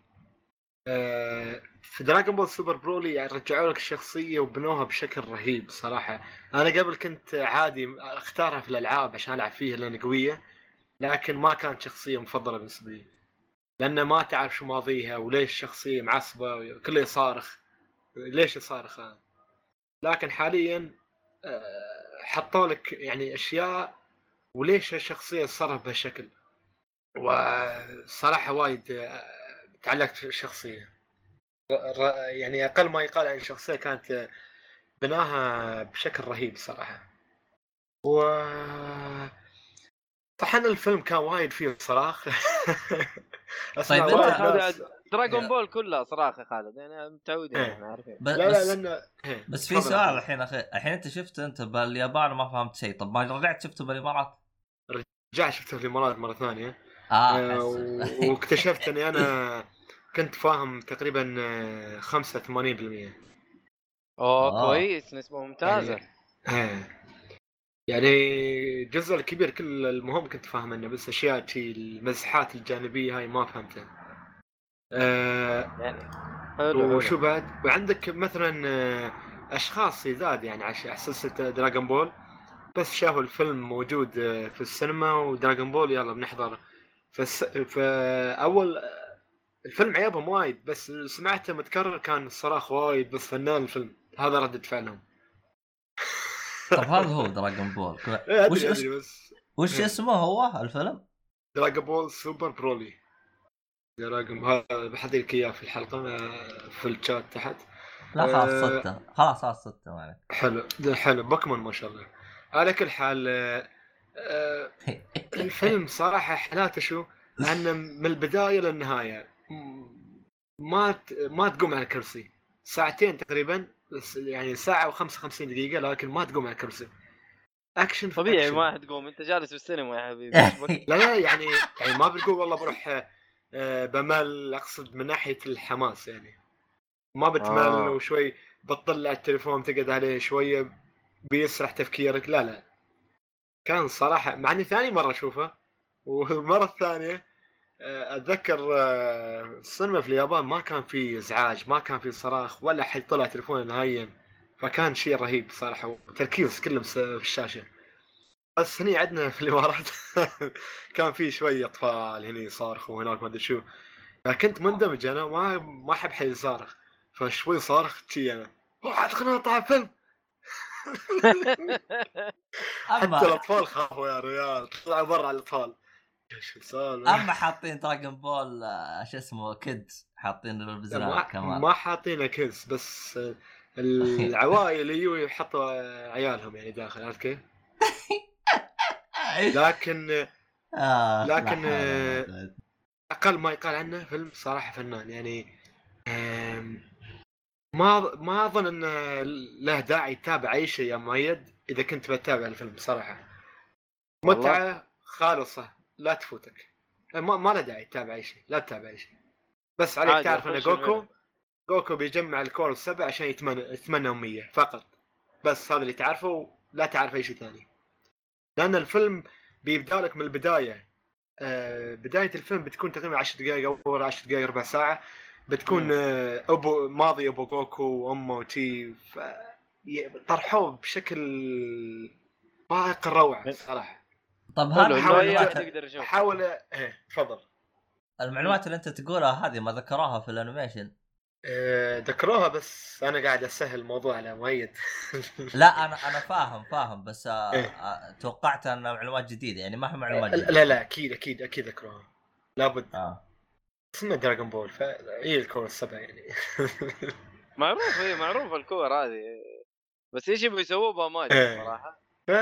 في دراغون بول سوبر برولي يعني رجعوا لك الشخصيه وبنوها بشكل رهيب صراحه. انا قبل كنت عادي اختارها في الالعاب عشان العب فيها لان قويه، لكن ما كانت شخصيه مفضله بالنسبه لي، لأنه ما تعرف شو ماضيها وليش شخصية معصبة كله يصارخ، ليش يصارخ هذا. لكن حاليا حطوا لك يعني أشياء وليش الشخصية تصرف بهالشكل، وصراحة وايد تعلقت في الشخصية. يعني أقل ما يقال عن الشخصية كانت بناها بشكل رهيب صراحة. و صح ان الفيلم كان وايد فيه صراخ. اسمع طيب وايد أنت- ناس. دراغون بول كلها صراحه يا خالد، يعني متعودين إيه. احنا عارفين. ب- لا بس لان بس في تفضل سؤال عبد الحين اخي، الحين انت شفت انت باليابان ما فهمت شيء، طب ما رجعت شفته بالامارات؟ رجعت شفته في الامارات مره ثانيه. حسن. واكتشفت اني انا كنت فاهم تقريبا 85%. اه كويس، نسبه ممتازه. يعني يعني الجزء الكبير كل المهم كنت فاهم انه، بس اشياء شي المزحات الجانبيه هاي ما فهمتها. يعني حلو وشو حلو. بعد وعندك مثلا اشخاص يزاد يعني على سلسله دراغون بول، بس شافوا الفيلم موجود في السينما ودراغون بول يلا بنحضره. فاول الفيلم عيبهم وايد، بس سمعته متكرر كان الصراخ وايد، بس فنان الفيلم هذا ردة فعلهم. طب هذا هو دراغون بول إيه وش ادري وش بس وش اسمه هو الفيلم؟ دراغون بول سوبر برولي. دراغون هذا بحط لك اياه في الحلقه في الشات تحت. لا خلاص أه صدته، خلاص صدته ما عليك. حلو، ده حلو بوكيمون ما شاء الله. على كل حال الفيلم صراحه حلاته شو انه من البدايه للنهايه ما تقوم على الكرسي. ساعتين تقريبا، بس يعني ساعة و55 دقيقة، لكن ما تقوم على الكرسي. اكشن في طبيعي اكشن. ما تقوم، انت جالس في السينما يا حبيبي، ايش بك؟ لا يعني ما بتقول والله بروح بمل، اقصد من ناحية الحماس يعني ما بتمل، اه وشوي بتطلع التليفون تقعد عليه شوية بيسرح تفكيرك. لا كان صراحة مع اني ثاني مرة اشوفه، والمرة الثانية اتذكر السينما في اليابان ما كان في ازعاج، ما كان في صراخ ولا حد طلع تليفونه نهائيا، فكان شيء رهيب صراحه، وتركيز كله في الشاشه. بس هني عندنا في الامارات كان في شويه اطفال هني يصارخوا هناك ما ادري شو، فكنت مندمج انا ما احب حد يصارخ، فشوي صارخت شي انا واحد قناطع فيلم. حتى اما الاطفال خافوا يا ريال، طلعوا برا الاطفال. ايش السالفه؟ اما حاطين دراغون بول شو اسمه كيدز، حاطين الفيزنات كمان. ما حاطينه كيس، بس العوائل يجوا يحطوا عيالهم يعني داخل، عرفت كيف؟ لكن لا لكن حول ولا قوة. اقل ما يقال عنه فيلم صراحه فنان يعني. ما اظن انه له داعي تتابع اي شيء يا مؤيد اذا كنت بتابع الفيلم صراحه. والله متعه خالصه لا تفوتك. ما له داعي تتابع اي شيء، لا تتابع اي شيء، بس عليك عادي تعرف ان اخش الفيلم. جوكو بيجمع الكور السبع عشان يتمنى أمية فقط، بس هذا اللي تعرفه، لا تعرف أي شيء ثاني. لأن الفيلم بيبدأ لك من البداية. بداية الفيلم بتكون تقريبا 10 دقائق أو 10 دقائق ربع ساعة، بتكون أبو ماضي أبو جوكو وأمه وتي طرحوه بشكل فائق الروعة صراحة. طب حلو هذه انه اي المعلومات، احد يقدر يشوف. حاول تفضل. المعلومات اللي انت تقولها هذه ما ذكروها في الانيميشن؟ ذكروها بس أنا قاعد أسهل الموضوع على مؤيد. لا انا فاهم بس إيه. توقعت انها معلومات جديده، يعني ما هي معلومات لا جديده. اكيد ذكروها لابد. اه اسمه دراغون بول فهي الكور السبع يعني. معروف، هي معروف الكور هذه، بس ايش يبغوا يسووا بها ما ادري ايه صراحه. ف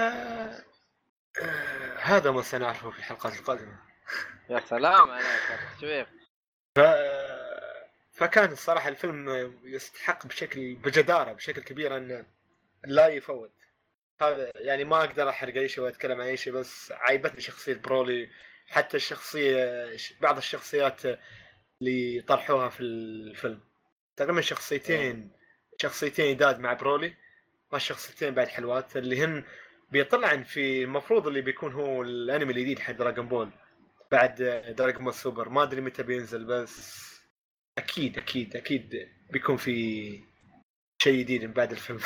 هذا ما سنعرفه في الحلقات القادمة. يا سلام عليك يا شويخ. ف فكان الصراحه الفيلم يستحق بجداره بشكل كبير ان لا يفوت. هذا يعني ما اقدر احرق اي شيء واتكلم عن اي شيء، بس عيبتني شخصيه برولي، حتى الشخصيه بعض الشخصيات اللي طرحوها في الفيلم. تقريبا شخصيتين جداد مع برولي، والشخصيتين بعد حلوات اللي هن بيطلع في المفروض اللي بيكون هو الانمي الجديد حق دراغون بول بعد دراغون بول سوبر. ما ادري متى بينزل، بس اكيد اكيد اكيد بيكون في شيء جديد من بعد الفيلم.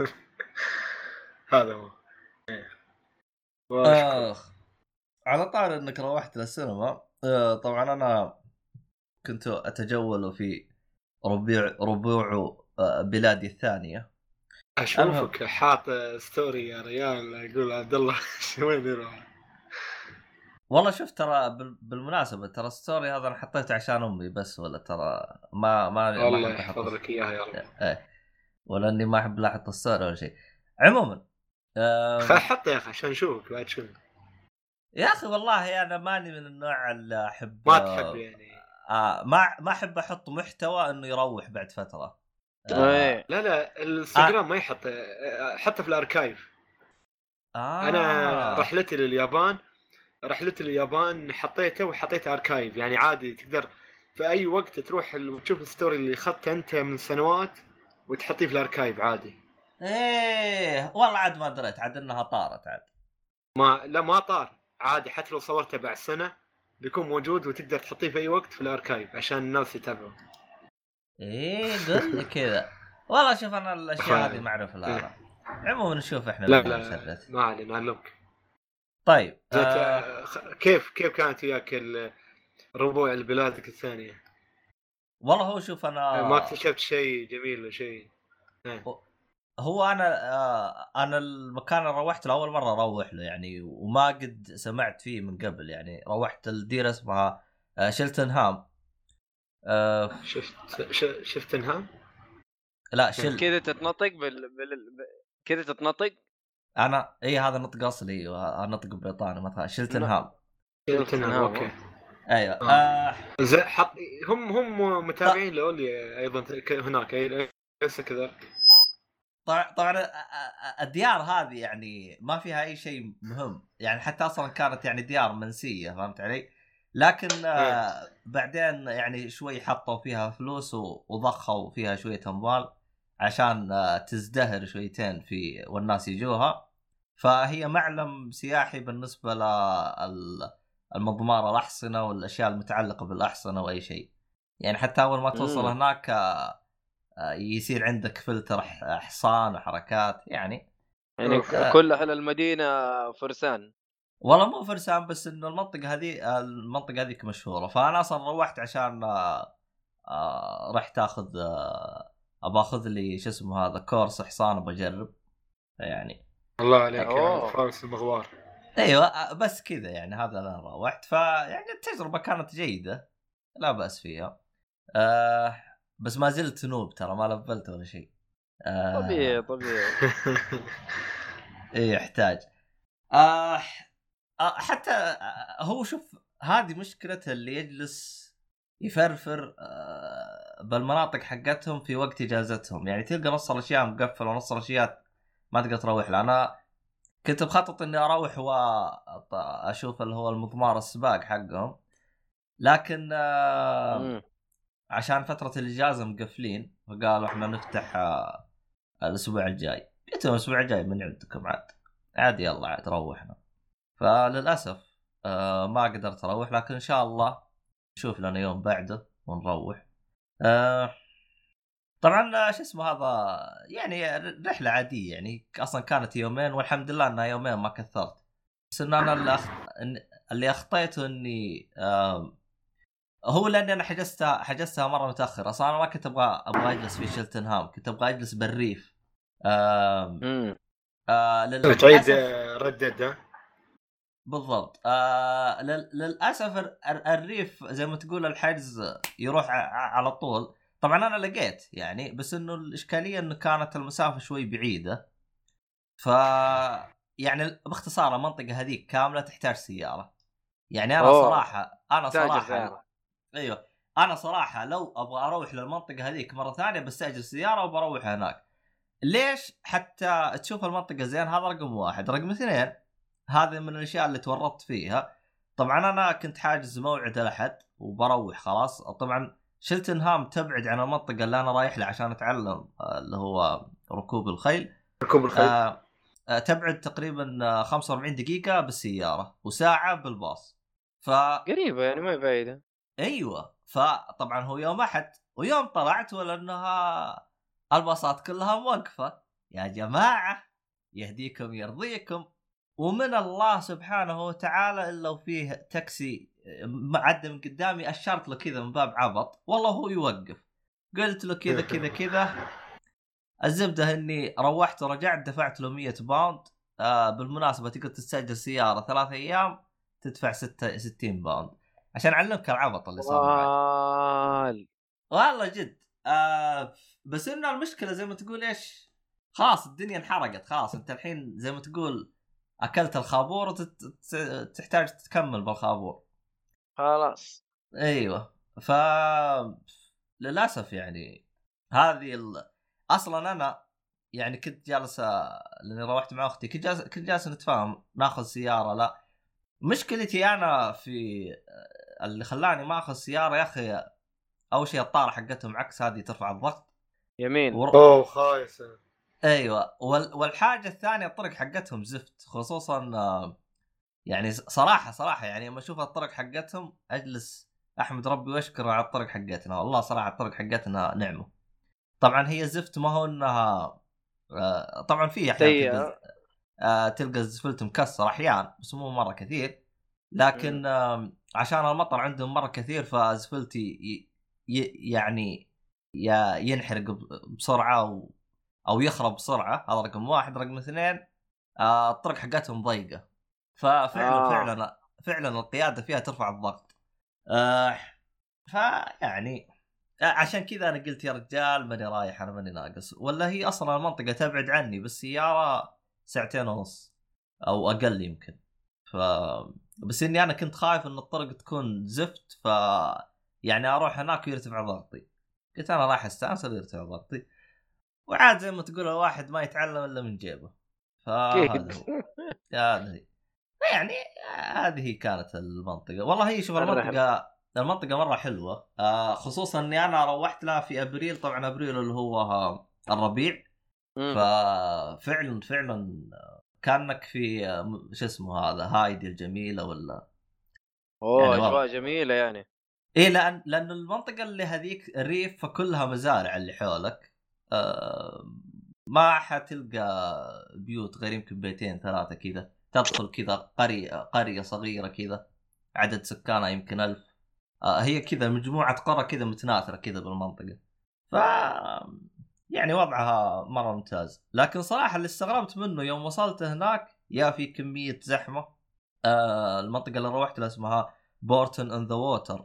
هذا هو. وشكرا. على طار انك روحت للسينما، طبعا انا كنت اتجول في ربوع بلادي الثانية. اشوفك حاط ستوري يا ريال، يقول عبد الله وين يروح. والله شفت ترى بالمناسبة ترى الستوري هذا انا حطيته عشان امي بس، ولا ترى ما الله احب يحفظ لك اياها يا رب. ايه، ولا اني ما احب لاحظ الستوري ولا شيء. عموما حط يا اخي عشان نشوفك بعد شوي. يا اخي والله انا ماني من النوع اللي احب ما تحب يعني. ما احب احط محتوى انه يروح بعد فترة. ايه لا الانستغرام ما يحط، حتى في الاركايف. انا رحلتي لليابان حطيته وحطيت اركايف، يعني عادي تقدر في اي وقت تروح وتشوف الستوري اللي اخذته انت من سنوات وتحطيه في الاركايف عادي. ايه والله عاد ما دريت عاد انها طارت عاد. ما طار عادي، حتى لو صورته بعد سنة بيكون موجود وتقدر تحطيه في اي وقت في الاركايف عشان الناس يتابعوا. ايه قل لي كذا. والله شوف انا الاشياء هذه ما اعرف لها. عموما نشوف احنا لا ما ما علينا نعلمك. طيب كيف كانت وياك ربوع البلاد الثانية؟ والله هو شوف انا ما اكتشفت شيء جميل ولا شيء؟ هو انا المكان اللي روحت له اول مره اروح له يعني، وما قد سمعت فيه من قبل يعني. روحت الديره اسمها شيلتنهام. شفت انهام؟ لا كذا تتنطق كذا تتنطق. انا هذا نطق اصلي، نطق بريطاني مثلا شيلتنهام. اوكي ايوه هم متابعين لأولي ايضا هناك ليس كذلك. طبعا الديار هذه يعني ما فيها اي شيء مهم يعني، حتى اصلا كانت يعني ديار منسيه، فهمت علي؟ لكن بعدين يعني شوي حطوا فيها فلوس وضخوا فيها شويه اموال عشان تزدهر شويتين والناس يجوها. فهي معلم سياحي بالنسبه للمضمار الاحصنه والاشياء المتعلقه بالاحصنه واي شيء يعني. حتى اول ما توصل هناك يصير عندك فلتر حصان وحركات يعني كل اهل المدينه فرسان. والله مو فرسان، بس انه المنطقه هذيك مشهوره. فانا اصلا روحت عشان رحت اخذ لي شو اسمه هذا كورس حصان بجرب يعني. الله عليك يا فارس المغوار. ايوه بس كذا يعني، هذا انا روحت يعني التجربه كانت جيده لا باس فيها. بس ما زلت نوب ترى، ما لفلت ولا شيء. طبيعي ايه يحتاج. حتى هو شوف هذه مشكلته اللي يجلس يفرفر بالمناطق حقتهم في وقت اجازتهم يعني. تلقى نص الاشياء مقفل ونص الاشياء ما تقدر تروح لها. انا كنت بخطط اني اروح واشوف اللي هو المضمار السباق حقهم، لكن عشان فترة الاجازة مقفلين، فقالوا احنا نفتح الاسبوع الجاي. قلت لهم الاسبوع الجاي من عندكم عاد يلا عاد روحنا. فللاسف ما قدرت اروح، لكن ان شاء الله نشوف لنا يوم بعده ونروح. طبعا شو اسمه هذا يعني رحلة عادية يعني، اصلا كانت يومين والحمد لله انها يومين ما كثرت. بس ان انا اللي اخطيته اني هو لاني انا حجزتها مره متاخر. اصلا انا ما كنت ابغى اجلس في شيلتنهام، كنت ابغى اجلس بالريف. تعيد ردد بالضبط. للاسف الريف زي ما تقول الحجز يروح على طول. طبعا انا لقيت يعني، بس انه الاشكاليه انه كانت المسافه شوي بعيده. ف يعني باختصار المنطقه هذيك كامله تحتاج سياره يعني. انا صراحه سيارة. ايوه انا صراحه لو ابغى اروح للمنطقه هذيك مره ثانيه بستاجر سياره وبروح هناك. ليش؟ حتى تشوف المنطقه زين. هذا رقم واحد. رقم اثنين، هذه من الاشياء اللي تورطت فيها. طبعا انا كنت حاجز موعد الاحد وبروح خلاص. طبعا شلتنهام تبعد عن المنطقه اللي انا رايح لها عشان اتعلم اللي هو ركوب الخيل. تبعد تقريبا 45 دقيقه بالسياره وساعه بالباص. قريبه يعني ما بعيده. ايوه. فطبعا هو يوم احد ويوم طلعت ولا انها الباصات كلها موقفه. يا جماعه يهديكم يرضيكم، ومن الله سبحانه وتعالى الا وفيه تاكسي عدى من قدامي اشرت له كذا من باب عبط، والله هو يوقف. قلت له كذا كذا كذا. الزبده اني روحت ورجعت دفعت له 100 باوند. بالمناسبه تقدر تستاجر سياره 3 ايام تدفع 60 باوند عشان اعلمك العبط اللي صار معي. والله جد. بس انه المشكله زي ما تقول ايش، خلاص الدنيا انحرقت خلاص. انت الحين زي ما تقول اكلت الخابور وتحتاج تكمل بالخابور خلاص. ايوه. للاسف يعني هذه اصلا انا يعني كنت جالس لاني روحت مع اختي كنت جالس نتفاهم ناخذ سياره. لا، مشكلتي انا في اللي خلاني ما اخذ سياره يا اخي. اول شيء الطاره حقتهم عكس، هذه ترفع الضغط يمين. اوه خايسه. ايوه. والحاجه الثانيه الطرق حقتهم زفت، خصوصا يعني صراحه يعني لما اشوف الطرق حقتهم اجلس احمد ربي واشكر على الطرق حقتنا. والله صراحه الطرق حقتنا نعمه. طبعا هي زفت، ما هو انها طبعا في احيان تلقى الزفلت مكسر احيان بس مو مره كثير. لكن عشان المطر عندهم مره كثير فزفلتي يعني ينحرق بسرعه او يخرب بسرعه. هذا رقم واحد. رقم اثنين، الطرق حقتهم ضيقه، ففعلا القياده فيها ترفع الضغط. فيعني عشان كذا انا قلت يا رجال ماني رايح، انا ماني ناقص. ولا هي اصلا المنطقه تبعد عني بالسياره 2.5 ساعة او اقل يمكن. بس اني انا كنت خايف ان الطرق تكون زفت، يعني اروح هناك ويرتفع ضغطي. قلت انا راح استانس ويرتفع ضغطي، وعاد زي ما تقول الواحد ما يتعلم الا من جيبه. فهذا هو. هذه يعني هذه كانت المنطقه. والله هي شوف المنطقه مره حلوه. خصوصا اني انا روحت لها في ابريل. طبعا ابريل اللي هو الربيع. ففعلا كانك في شو اسمه هذا هايدي الجميله ولا يعني اجواء جميله يعني. ايه لان المنطقه اللي هذيك الريف فكلها مزارع اللي حولك. ما حتلقى بيوت غير يمكن 2-3 كذا. تدخل كذا قريه صغيره كذا عدد سكانها يمكن 1000. هي كذا مجموعه قرى كذا متناثره كذا بالمنطقه. ف يعني وضعها مره ممتاز. لكن صراحه اللي استغربت منه يوم وصلت هناك يا في كميه زحمه. المنطقه اللي روحت لها اسمها بورتون ان ذا ووتر.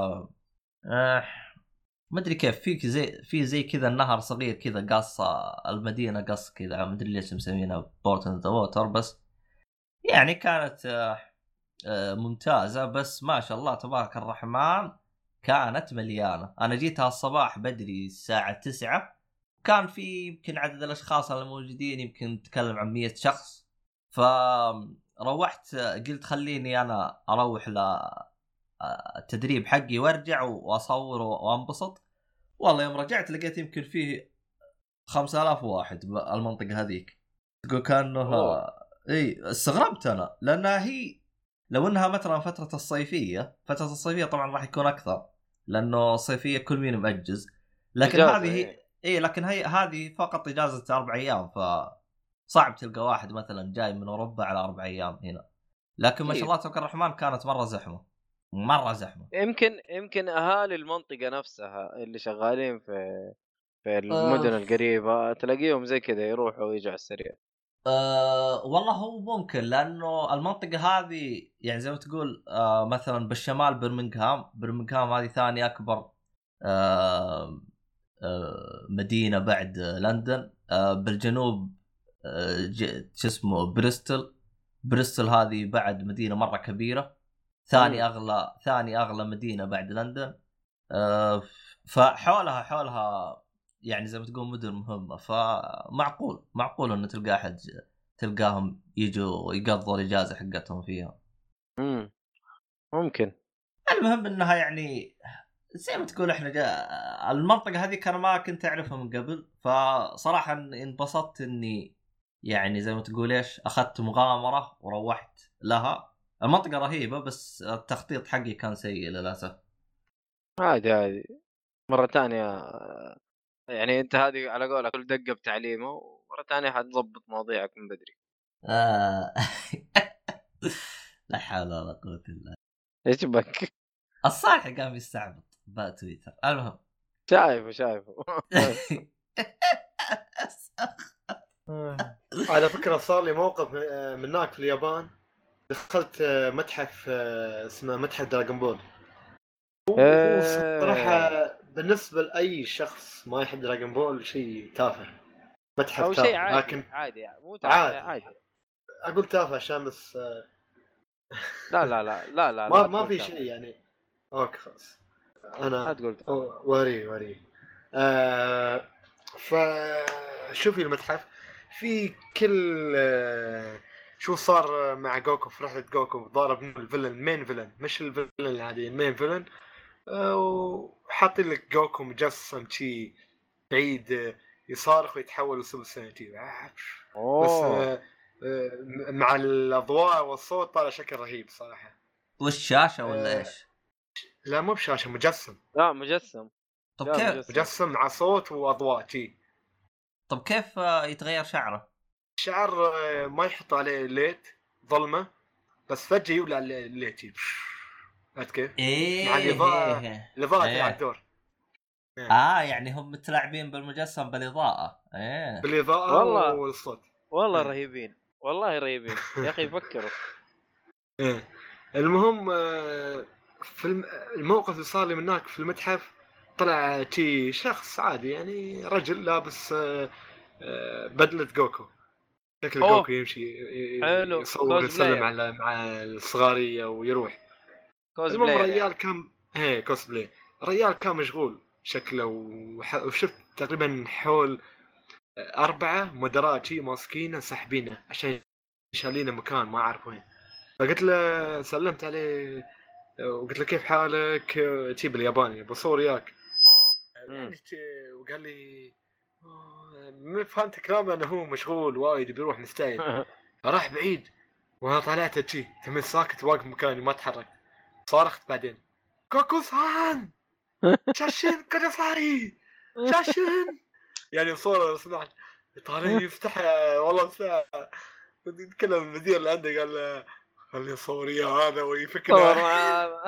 ما ادري كيف في زي كذا النهر صغير كذا قص المدينه قص كذا. ما ادري ليش مسمينها بورتون ذا ووتر. بس يعني كانت ممتازه. بس ما شاء الله تبارك الرحمن كانت مليانه. انا جيتها الصباح بدري الساعه 9 كان في يمكن عدد الاشخاص الموجودين يمكن تكلم عن 100 شخص. فروحت قلت خليني انا اروح التدريب حقي وارجع واصور وانبسط. والله يوم رجعت لقيت يمكن فيه 5000 واحد بالمنطقه هذيك. تقول كانه اي استغربت انا لانها هي لو انها مثلا فتره الصيفيه طبعا راح يكون اكثر لانه الصيفيه كل مين مأجز. لكن هذه لكن هذه فقط اجازه 4 ايام. فصعب تلقى واحد مثلا جاي من اوروبا على 4 ايام هنا. لكن ما شاء الله تبارك الرحمن كانت مره زحمه. يمكن اهالي المنطقه نفسها اللي شغالين في المدن القريبه تلاقيهم زي كذا يروحوا ويجوا على السريع. والله هو ممكن لانه المنطقه هذه يعني زي ما تقول مثلا بالشمال برمنغهام هذه ثاني اكبر مدينه بعد لندن. بالجنوب شو اسمه بريستل هذه بعد مدينه مره كبيره. ثاني اغلى مدينه بعد لندن. فحولها يعني زي ما تقول مدن مهمة، فمعقول انه تلقى احد تلقاهم يجوا يقضوا الاجازة حقتهم فيها. ممكن. المهم انها يعني زي ما تقول احنا المنطقة هذه كان ما كنت اعرفها من قبل، فصراحة انبسطت اني يعني زي ما تقول ايش اخذت مغامرة وروحت لها. المنطقة رهيبة بس التخطيط حقي كان سيء للأسف. عادي مرة ثانية، يعني انت هذه على قولك كل دقة بتعليمه، ومرة ثانية حتضبط مواضيعك من بدري. آه. لا حول ولا قوة الا ايش بك؟ الصالح قام يستعبط بتويتر. المهم شايفه على فكره صار لي موقف من هناك في اليابان. دخلت متحف اسمه متحف دراغون بول. هو صراحه بالنسبه لاي شخص ما يحب دراغون بول شيء تافه، متحف او شيء تافه، لكن عادي يعني مو عادي. اقول تافه عشان بس لا ما تقول في تافه. شيء يعني. اوكي خلاص. لا انا تقول تافه. وري فشوفي المتحف في كل شو صار مع جوكو في رحلة جوكو. ضارب الفيلن، المين فيلن، مش الفيلن العادي، المين فيلن. وحاطين لك جوكو مجسم شي بعيد يصارخ ويتحول لسوبر ساينتي. بس مع الاضواء والصوت طالع شكل رهيب صراحة. وش شاشة ولا ايش؟ لا مو بشاشة، مجسم. لا مجسم. طب لا كيف مجسم مع صوت واضواء شي. طب كيف يتغير شعره؟ شعر ما يحط عليه ليت ظلمه، بس فجاه يولع الليت شي. عرفت كيف؟ مع ايه الاضاءه، ايه الاضاءه تلعب ايه. دور. إيه. يعني هم متلاعبين بالمجسم بالاضاءة. ايه بالاضاءه والله والصوت. والله إيه. رهيبين، والله رهيبين يا اخي. فكروا. إيه. المهم في الموقف اللي صار لي من هناك في المتحف، طلع شي شخص عادي يعني رجل لابس بدلة جوكو. شكل اوه جوكو يمشي حلو، يصور كوز يسلم بلاير. مع الصغارية ويروح. كوز المهم بلاير ريال يعني. كان كوسبلاي. ريال كان مشغول شكله وشفت تقريبا حول 4 مدراء شي ماسكينه ساحبينه عشان شالينه مكان ما أعرف وين. فقلت له، سلمت عليه وقلت له كيف حالك شي بالياباني، بصور وياك مم. يعني وقال لي ما فهمت كلامه انه هو مشغول وايد بيروح مستعجل. راح بعيد وانا طلعت شي تمين ساكت واقف مكاني ما اتحرك. صارخت بعدين كوكو سان شاشن كدفاري شاشن، يعني صورة سمعت طالع يفتح والله ساعة. يتكلم المدير اللي عنده قال له خلي اصور اياه هذا صور ويفكنا. معانا.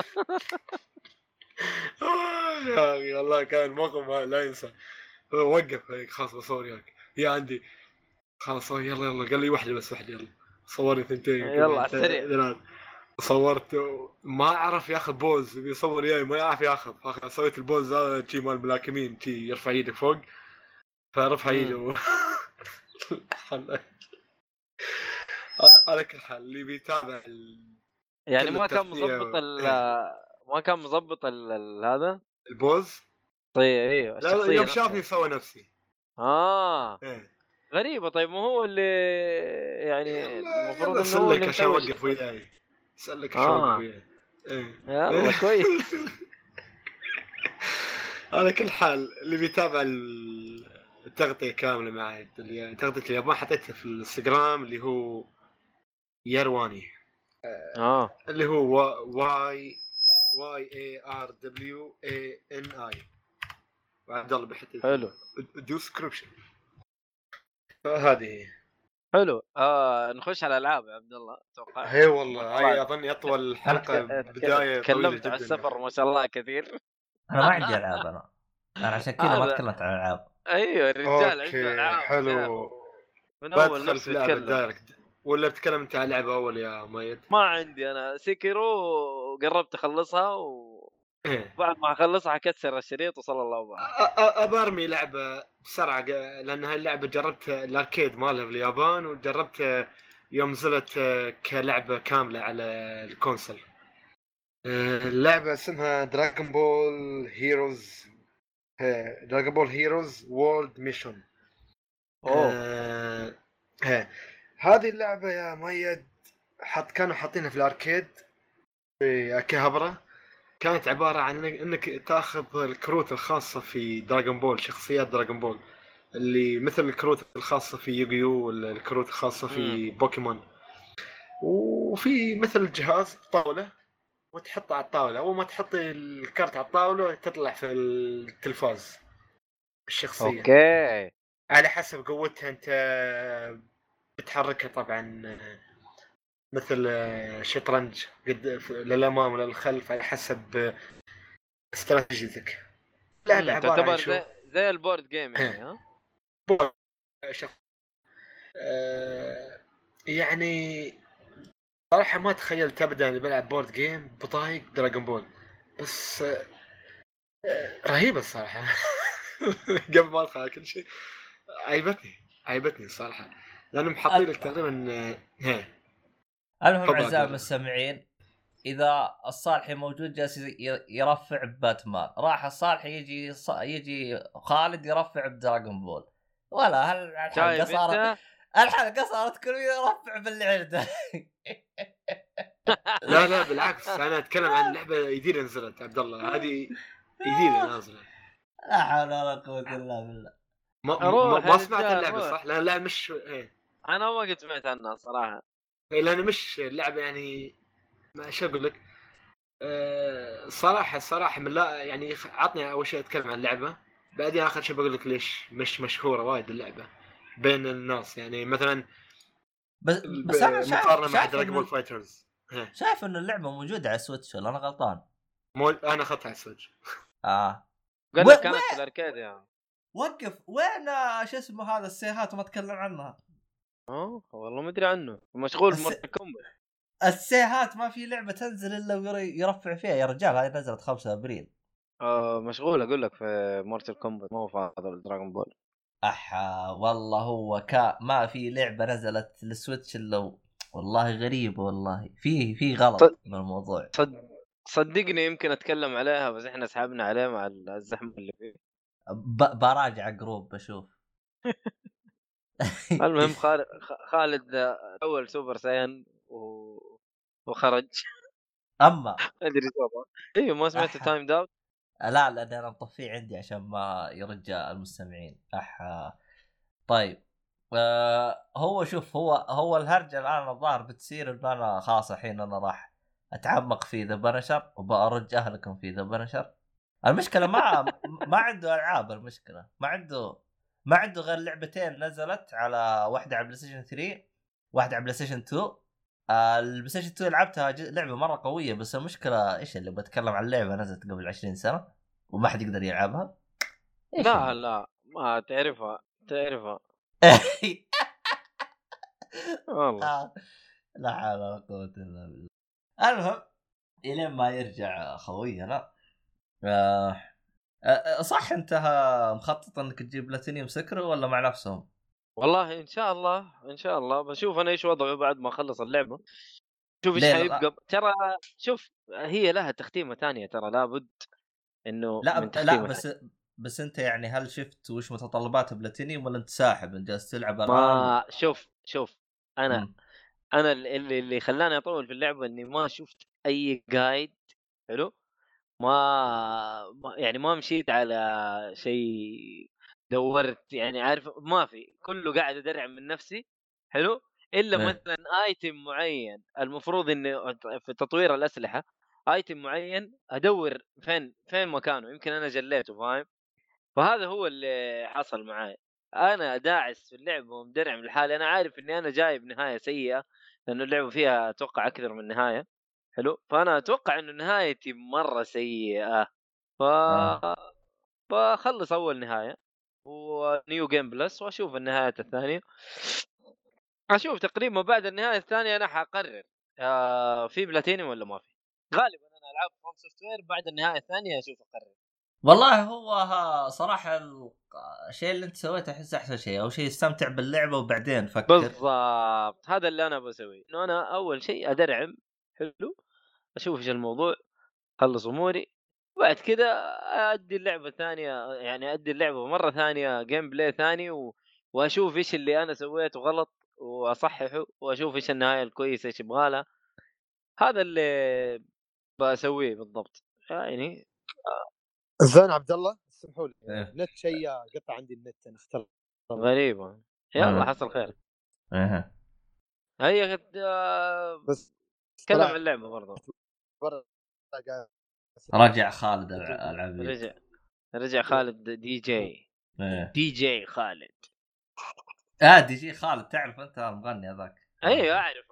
يا اخي والله كان موقف لا ينسى. وقف هيك خلاص بصور وياك يا عندي خلاص يلا قال لي واحدة بس واحدة يلا. صورني ثنتين يلا على كذا السريع. ثلاث. صورت ما اعرف ياخذ بوز بيصور وياي ما يعرف ياخذ. سويت البوز هذا شي مال الملاكمين شي يرفع ايدك فوق فرفع ايده. على كل حال اللي بيتابع يعني كل ما كان التغطية مظبط إيه. ما كان مظبط البوز طيب ايوه لا الشخصيه يوم شافني نفسها. سوى نفسي اه إيه. غريبه. طيب ما هو اللي يعني يلا المفروض يلا انه هو اللي سلك عشان مسوي وقف وياي. سلك عشان وقف اه وياي إيه. يلا كويس. على كل حال اللي بيتابع التغطية كاملة معي اللي تغطية اليابان حطيتها في الانستغرام اللي هو يرواني اه اللي هو YARWANI وعبد الله بحط حلو الديسكربشن. فهذه حلو. نخش على الالعاب يا عبد الله. اتوقع هي والله هاي والله اظن اطول حلقة بداية طويلة تكلمت على جدا السفر يعني. ما شاء الله كثير. انا ما عندي العاب. انا عشان كذا ما هذا تكلمت عن العاب. ايوه الرجال عنده اوكي العاب رجال، حلو. من اول بدخل نفسه في لعبة يتكلم. دايركت ولا بتتكلم انت عن لعبة اول يا ميت؟ ما عندي انا سيكيرو، قربت اخلصها ايه وبعد ما اخلصها حكسر الشريط وصلى الله وبارك. ابرمي لعبه بسرعه لان هاي اللعبه جربت الاركيد مالها باليابان وجربت يوم نزلت كلعبه كامله على الكونسل اللعبة اسمها دراغون بول هيروز. دراغون بول هيروز وورلد ميشن. هذه اللعبة يا ميد كانوا حاطينها في الاركيد في اكيهابرا. كانت عبارة عن انك تاخذ الكروت الخاصة في دراغون بول، شخصيات دراغون بول اللي مثل الكروت الخاصة في يوغيو ولا الكروت الخاصة في بوكيمون، وفي مثل جهاز طاولة وتحطه على الطاولة. أول ما تحطي الكارت على الطاولة تطلع في التلفاز الشخصية. اوكي. على حسب قوتها أنت بتحركها طبعا، مثل شطرنج للأمام ولا للخلف على حسب استراتيجيتك. لعبة عبارة عن تعتبر زي البورد جيم يعني. ها يعني صراحة ما تخيلت أبدا إني بلعب بورد جيم بطايق دراغون بول، بس رهيبة الصراحة. قبل ما أدخل كل شيء عيبتني الصراحة، لأنهم حاطين لك تقريبا المهم أعزائي المستمعين، إذا الصالحي موجود جالس يرفع بباتمان، راح الصالحي يجي خالد يرفع بدراغون بول، ولا الحلقة صارت كل يرفع بالعردة. لا بالعكس، أنا أتكلم عن لعبة جديدة نزلت عبد الله، هذه جديدة نازلة. لا حول ولا قوة إلا بالله. ما سمعت اللعبة صح؟ لا لا مش أنا ما قد سمعت عنها صراحة. لأن مش اللعبة يعني ما شو أقول لك. صراحة من لا يعني عطني أول شيء أتكلم عن اللعبة، بعدين آخر شيء بقول لك ليش مش مشهورة وايد اللعبة بين الناس. يعني مثلا بس أنا مقارنة مع دراغون بول فايترز. شايف إنه اللعبة موجودة على سويتش ولا أنا غلطان؟ أنا أخذتها على سويتش. قال لك كانت في الأركاد يعني. وقف، وين شو اسمه هذا السيهات ما تكلم عنها؟ والله ما ادري عنه، مشغول بمورتال كومبات. السيهات ما في لعبه تنزل الا يرفع فيها يا رجال. هاي نزلت 5 ابريل. مشغول اقول لك في مورتال كومبات، مو في هذا الدراغون بول. والله هو ما في لعبه نزلت للسويتش الا والله غريبه، والله في غلط من الموضوع. صدقني يمكن اتكلم عليها بس احنا سحبنا عليه مع الزحمه اللي فيه. براجع جروب بشوف. المهم خالد اول سوبر ساين وخرج. اما ادري سوبر. ايوه ما سمعت تايم داون. لا لان انا مطفيه عندي عشان ما يرجع المستمعين. طيب هو شوف، هو الهرجه الان الظاهر بتصير ان انا خلاص الحين انا راح اتعمق في ذا بنشر وبارج اهلكم في ذا بنشر. المشكله ما عنده العاب. المشكله ما عنده غير لعبتين نزلت، على واحده على بلاي ستيشن 3 واحده على بلاي ستيشن 2. البلاي ستيشن 2 لعبتها لعبه مره قويه، بس المشكله ايش اللي بتكلم عن لعبه نزلت قبل 20 سنه وما حد يقدر يلعبها. لا ما تعرفها والله. لا حول ولا قوة الا بالله. المهم الين ما يرجع خوينا. صح انت مخطط انك تجيب بلاتينيوم سكر ولا مع نفسهم؟ والله ان شاء الله بشوف انا ايش وضعه بعد ما اخلص اللعبه. شوف ايش حيبقى. ترى شوف هي لها تختيمه ثانيه، ترى لابد انه من تختيمه. لا بس انت يعني هل شفت وش متطلبات بلاتينيوم ولا انت ساحب انت جالس تلعب الان؟ ما شوف انا اللي خلاني اطول في اللعبه اني ما شفت اي جايد حلو. يعني ما مشيت على شيء دورت، يعني عارف ما في، كله قاعد ادرع من نفسي حلو. الا مثلا ايتم معين المفروض انه في تطوير الاسلحه ايتم معين ادور فين مكانه، يمكن انا جليته فاهم. فهذا هو اللي حصل معي. انا داعس في اللعبه ومدرع من الحالة. انا عارف اني انا جايب نهايه سيئه لانه اللعبه فيها اتوقع اكثر من نهايه حلو. فانا اتوقع انه نهايتي مره سيئه. ف بخلص اول نهايه ونيو جيم بلس واشوف النهايه الثانيه. اشوف تقريبا بعد النهايه الثانيه انا حقرر في بلاتينيوم ولا ما في. غالبا انا العاب فروم سوفت وير بعد النهايه الثانيه اشوف اقرر. والله هو صراحه الشيء اللي انت سويته احس احسن شيء، او شيء استمتع باللعبه وبعدين فكر. بالضبط هذا اللي انا بسويه، انه انا اول شيء ادرعم حلو اشوف ايش الموضوع خلص اموري بعد كذا ادي اللعبه ثانيه، يعني ادي اللعبه مره ثانيه جيم بلاي ثاني واشوف ايش اللي انا سويته غلط واصححه واشوف ايش النهايه الكويسه ايش يبغى لها. هذا اللي بسويه بالضبط يعني. زين عبد الله اسمحوا لي إيه. النت شيء قطع عندي النت انا اختلط. غريبه. يلا حصل خير. اها هي بس تكلم عن طلعت اللعبه برضه. برا قاعد رجع خالد العبيد. رجع خالد دي جي. إيه. دي جي خالد. دي جي خالد، تعرف انت المغني هذاك؟ ايوه اعرفه.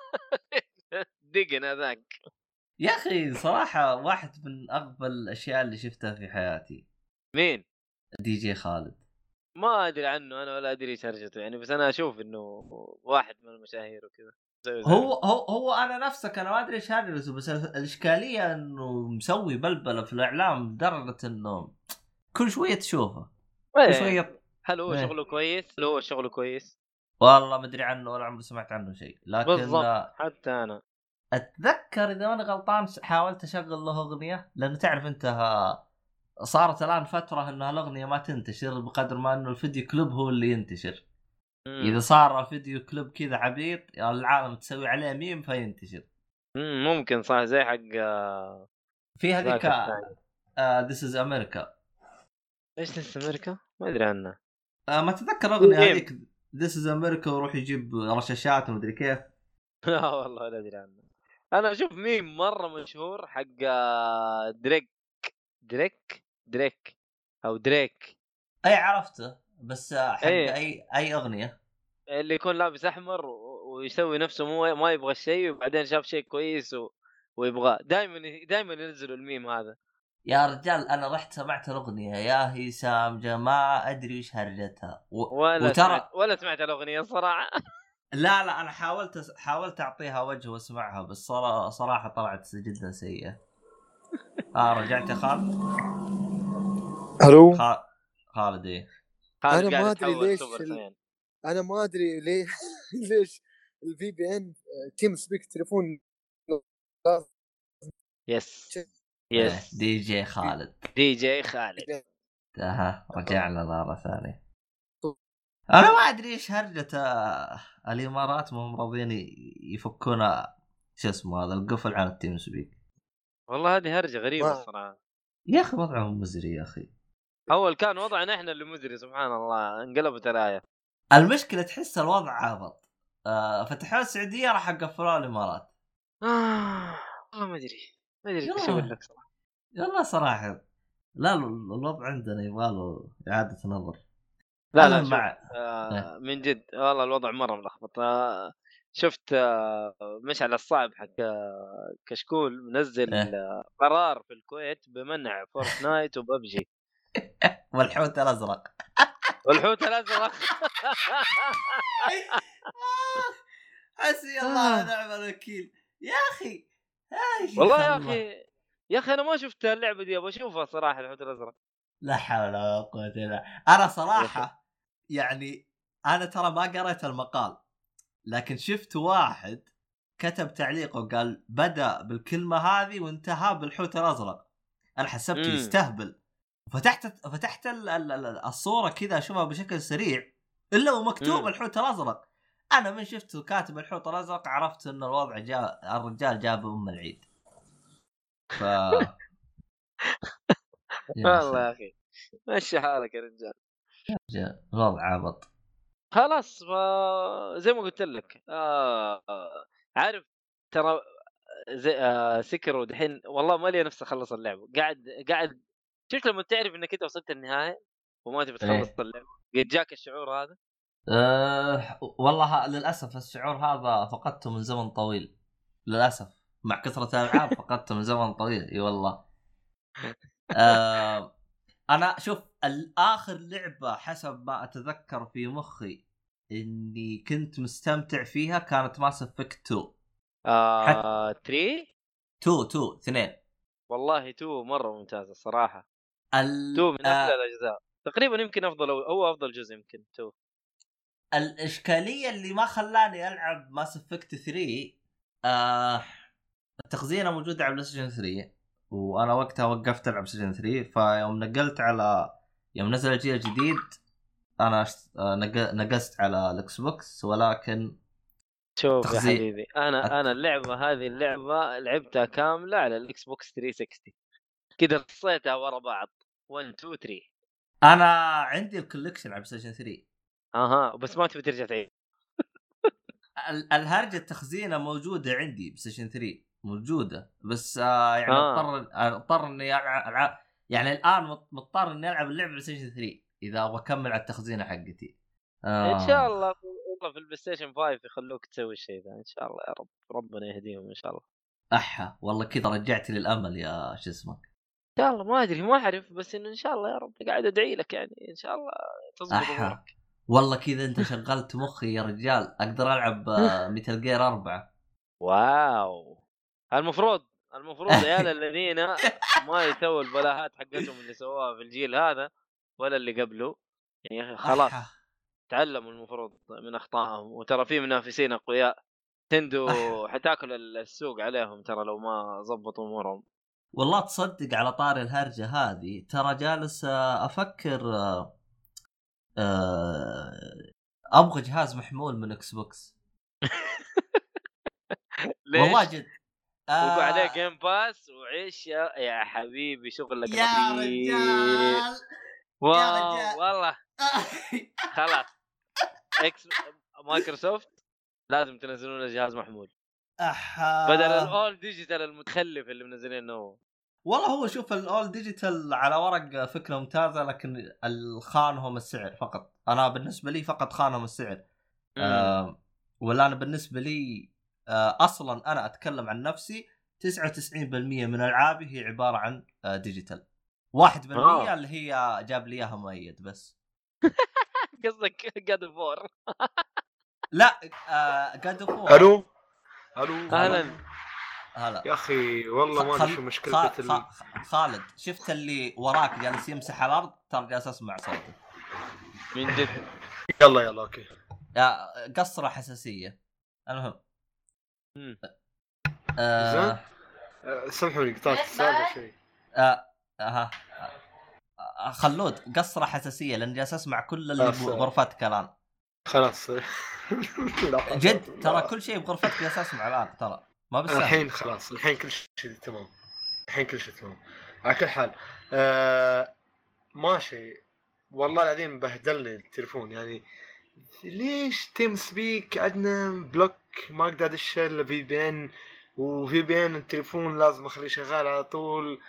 دقن هذاك. يا اخي صراحه واحد من اغبى الاشياء اللي شفتها في حياتي. مين؟ دي جي خالد. ما ادري عنه انا ولا ادري شرجته يعني، بس انا اشوف انه واحد من المشاهير وكذا. هو انا نفسك انا ما ادري ايش هذا، بس الاشكاليه انه مسوي بلبله في الاعلام لدرجه انه كل شويه تشوفه كل شويه. هل هو شغله كويس؟ هل هو شغله كويس؟ والله ما ادري عنه ولا عمري سمعت عنه شيء، لكن بالضبط حتى انا اتذكر اذا انا غلطان حاولت اشغل له اغنيه، لانه تعرف انت صارت الان فتره انها الاغنيه ما تنتشر بقدر ما انه الفيديو كليب هو اللي ينتشر. اذا صار فيديو كليب كذا عبيط العالم تسوي عليه ميم فينتشر. ممكن صح زي حق في هذيك This is America. ايش This is America؟ ما ادري عنه. ما تذكر اغنيه هذيك This is America ويروح يجيب رشاشات وما ادري كيف. لا والله لا ادري عنه. انا اشوف ميم مره مشهور حق دريك او دريك. اي عرفته، بس حق أيه. اي اغنيه اللي يكون لابس احمر ويسوي نفسه مو ما يبغى الشيء وبعدين شاف شيء كويس ويبغاه. دائما ينزلوا الميم هذا. يا رجال. انا رحت سمعت الاغنيه يا هشام ما ادري ايش هرجتها ولا سمعت الاغنيه صراحه. لا انا حاولت اعطيها وجه واسمعها، بس صراحه طلعت جدا سيئه. رجعت يا خالد. الو خالد ايه. انا ما ادري ليش انا ما ادري ليه ليش الفي بي ان تيم سبيك تليفون. يس دي جي خالد. رجعنا مرة ثانية. انا ما ادري ايش هرجة الامارات مهم راضيين يفكون شو اسمه هذا القفل على التيم سبيك. والله هذه هرجة غريبة الصراحة يا اخي وضعهم مزري يا اخي. اول كان وضعنا احنا اللي مزري سبحان الله انقلبت الآية. المشكلة تحس الوضع عبط. فتحوا السعودية راح يقفلوا الامارات. والله ما ادري ايش اقول لك صراحة. يلا صراحة لا الوضع عندنا يبغاله إعادة نظر. لا مع من جد والله الوضع مرة ملخبط. شفت مشعل الصعب حق كشكول منزل قرار في الكويت بمنع فورتنايت وببجي. والحوت الأزرق حسبي الله ونعم الوكيل يا أخي. والله يا أخي أنا ما شفت اللعبة دي، أبغى أشوفها صراحة. الحوت الأزرق لا حول ولا قوة إلا. أنا صراحة يعني أنا ترى ما قرأت المقال، لكن شفت واحد كتب تعليق وقال بدأ بالكلمة هذه وانتهى بالحوت الأزرق. أنا حسبت يستهبل، فتحت الصورة كذا أشوفها بشكل سريع إلا ومكتوب الحوت الأزرق. أنا من شفته كاتب الحوت الأزرق عرفت إن الوضع الرجال جاب العيد. والله يا أخي ماشي حالك يا رجال. الوضع عبط خلاص. زي ما قلت لك عارف ترى سكروا دحين والله ما لي نفسي اخلص اللعبه. قاعد شفت لما تعرف انك انت وصلت النهايه وما تبي تخلص اللعبه قد جاك الشعور هذا؟ والله للاسف الشعور هذا فقدته من زمن طويل للاسف. مع كثرة الالعاب فقدته من زمن طويل اي والله. انا شوف الاخر لعبه حسب ما اتذكر في مخي اني كنت مستمتع فيها كانت ماس افكت 2. 3 2 والله 2 مره ممتازه الصراحه. 2 من احلى الاجزاء تقريبا، يمكن افضل هو افضل جزء يمكن 2. الاشكاليه اللي ما خلاني العب ماس افكت 3 التخزينه موجوده على بلاي ستيشن 3 وانا وقتها وقفت العب سجن 3. فيوم نقلت على يوم نزل الجيل الجديد انا نقزت على الاكس بوكس. ولكن شوف يا حبيبي انا اللعبه لعبتها كامله على الاكس بوكس 360 كده، رصيتها ورا بعض 1 2 3. انا عندي الكوليكشن على سجن 3. اها بس ما تبي ترجع تعيد. الهرجة التخزينه موجوده عندي بسجن 3 موجوده، بس يعني اضطر اني يعني الان مضطر اني العب اللعبه بسجن 3 اذا ابغى اكمل على التخزينه حقتي. ان شاء الله والله في البلاي ستيشن 5 يخلوك تسوي الشيء ذا ان شاء الله يا رب، ربنا يهديهم ان شاء الله. احا والله كذا رجعت لي الامل يا شو اسمك. ان شاء الله ما ادري ما اعرف، بس انه ان شاء الله يا رب قاعد ادعي لك يعني ان شاء الله تزبط امورك. والله كذا انت شغلت مخي يا رجال، اقدر العب ميتال جير 4. واو المفروض عيال الذين ما يسووا البلاهات حقتهم اللي سووها في الجيل هذا ولا اللي قبله، يعني خلاص تعلموا المفروض من اخطائهم. وترى في منافسين اقوياء تندو حتاكل السوق عليهم ترى لو ما ضبطوا امورهم. والله تصدق على طار الهرجة هذه ترى جالس افكر ابغى جهاز محمول من اكس بوكس. والله جد وقع عليه جيم باس وعيش يا حبيبي شغلك يا نظيف رجال. يا رجال والله خلاص مايكروسوفت لازم تنزلون جهاز محمول بدل الاول ديجيتال المتخلف اللي منزلينه. والله هو شوف الاول ديجيتال على ورق فكرة ممتازة، لكن الخانهم السعر فقط. انا بالنسبة لي فقط خانهم السعر. ولا انا بالنسبة لي اصلا انا اتكلم عن نفسي 99% من العابي هي عبارة عن ديجيتال. 1% اللي هي جاب لي اياها مؤيد بس. قصدك جاد فور؟ لا جاد فور. الو هلا يا اخي والله ما ادري شو مشكلة خالد شفت اللي وراك جالس يمسح على الارض؟ ترى جالس اسمع صوته من جد. يلا اوكي قصرة حساسية. المهم سامحوني قطعت السالفة شوي. خلود قصرة حساسية لأن جالس أسمع كل اللي بغرفتك الآن. خلاص جد ترى كل شيء بغرفتك جالس أسمع الآن ترى ما بس الحين خلاص الحين كل شيء تمام. على كل حال ماشي. والله العظيم بهدلني التليفون يعني. ليش تيم سبيك عندنا بلوك ما اقدر ادش الا في بي ان، وفي بي ان التليفون لازم اخليه شغال على طول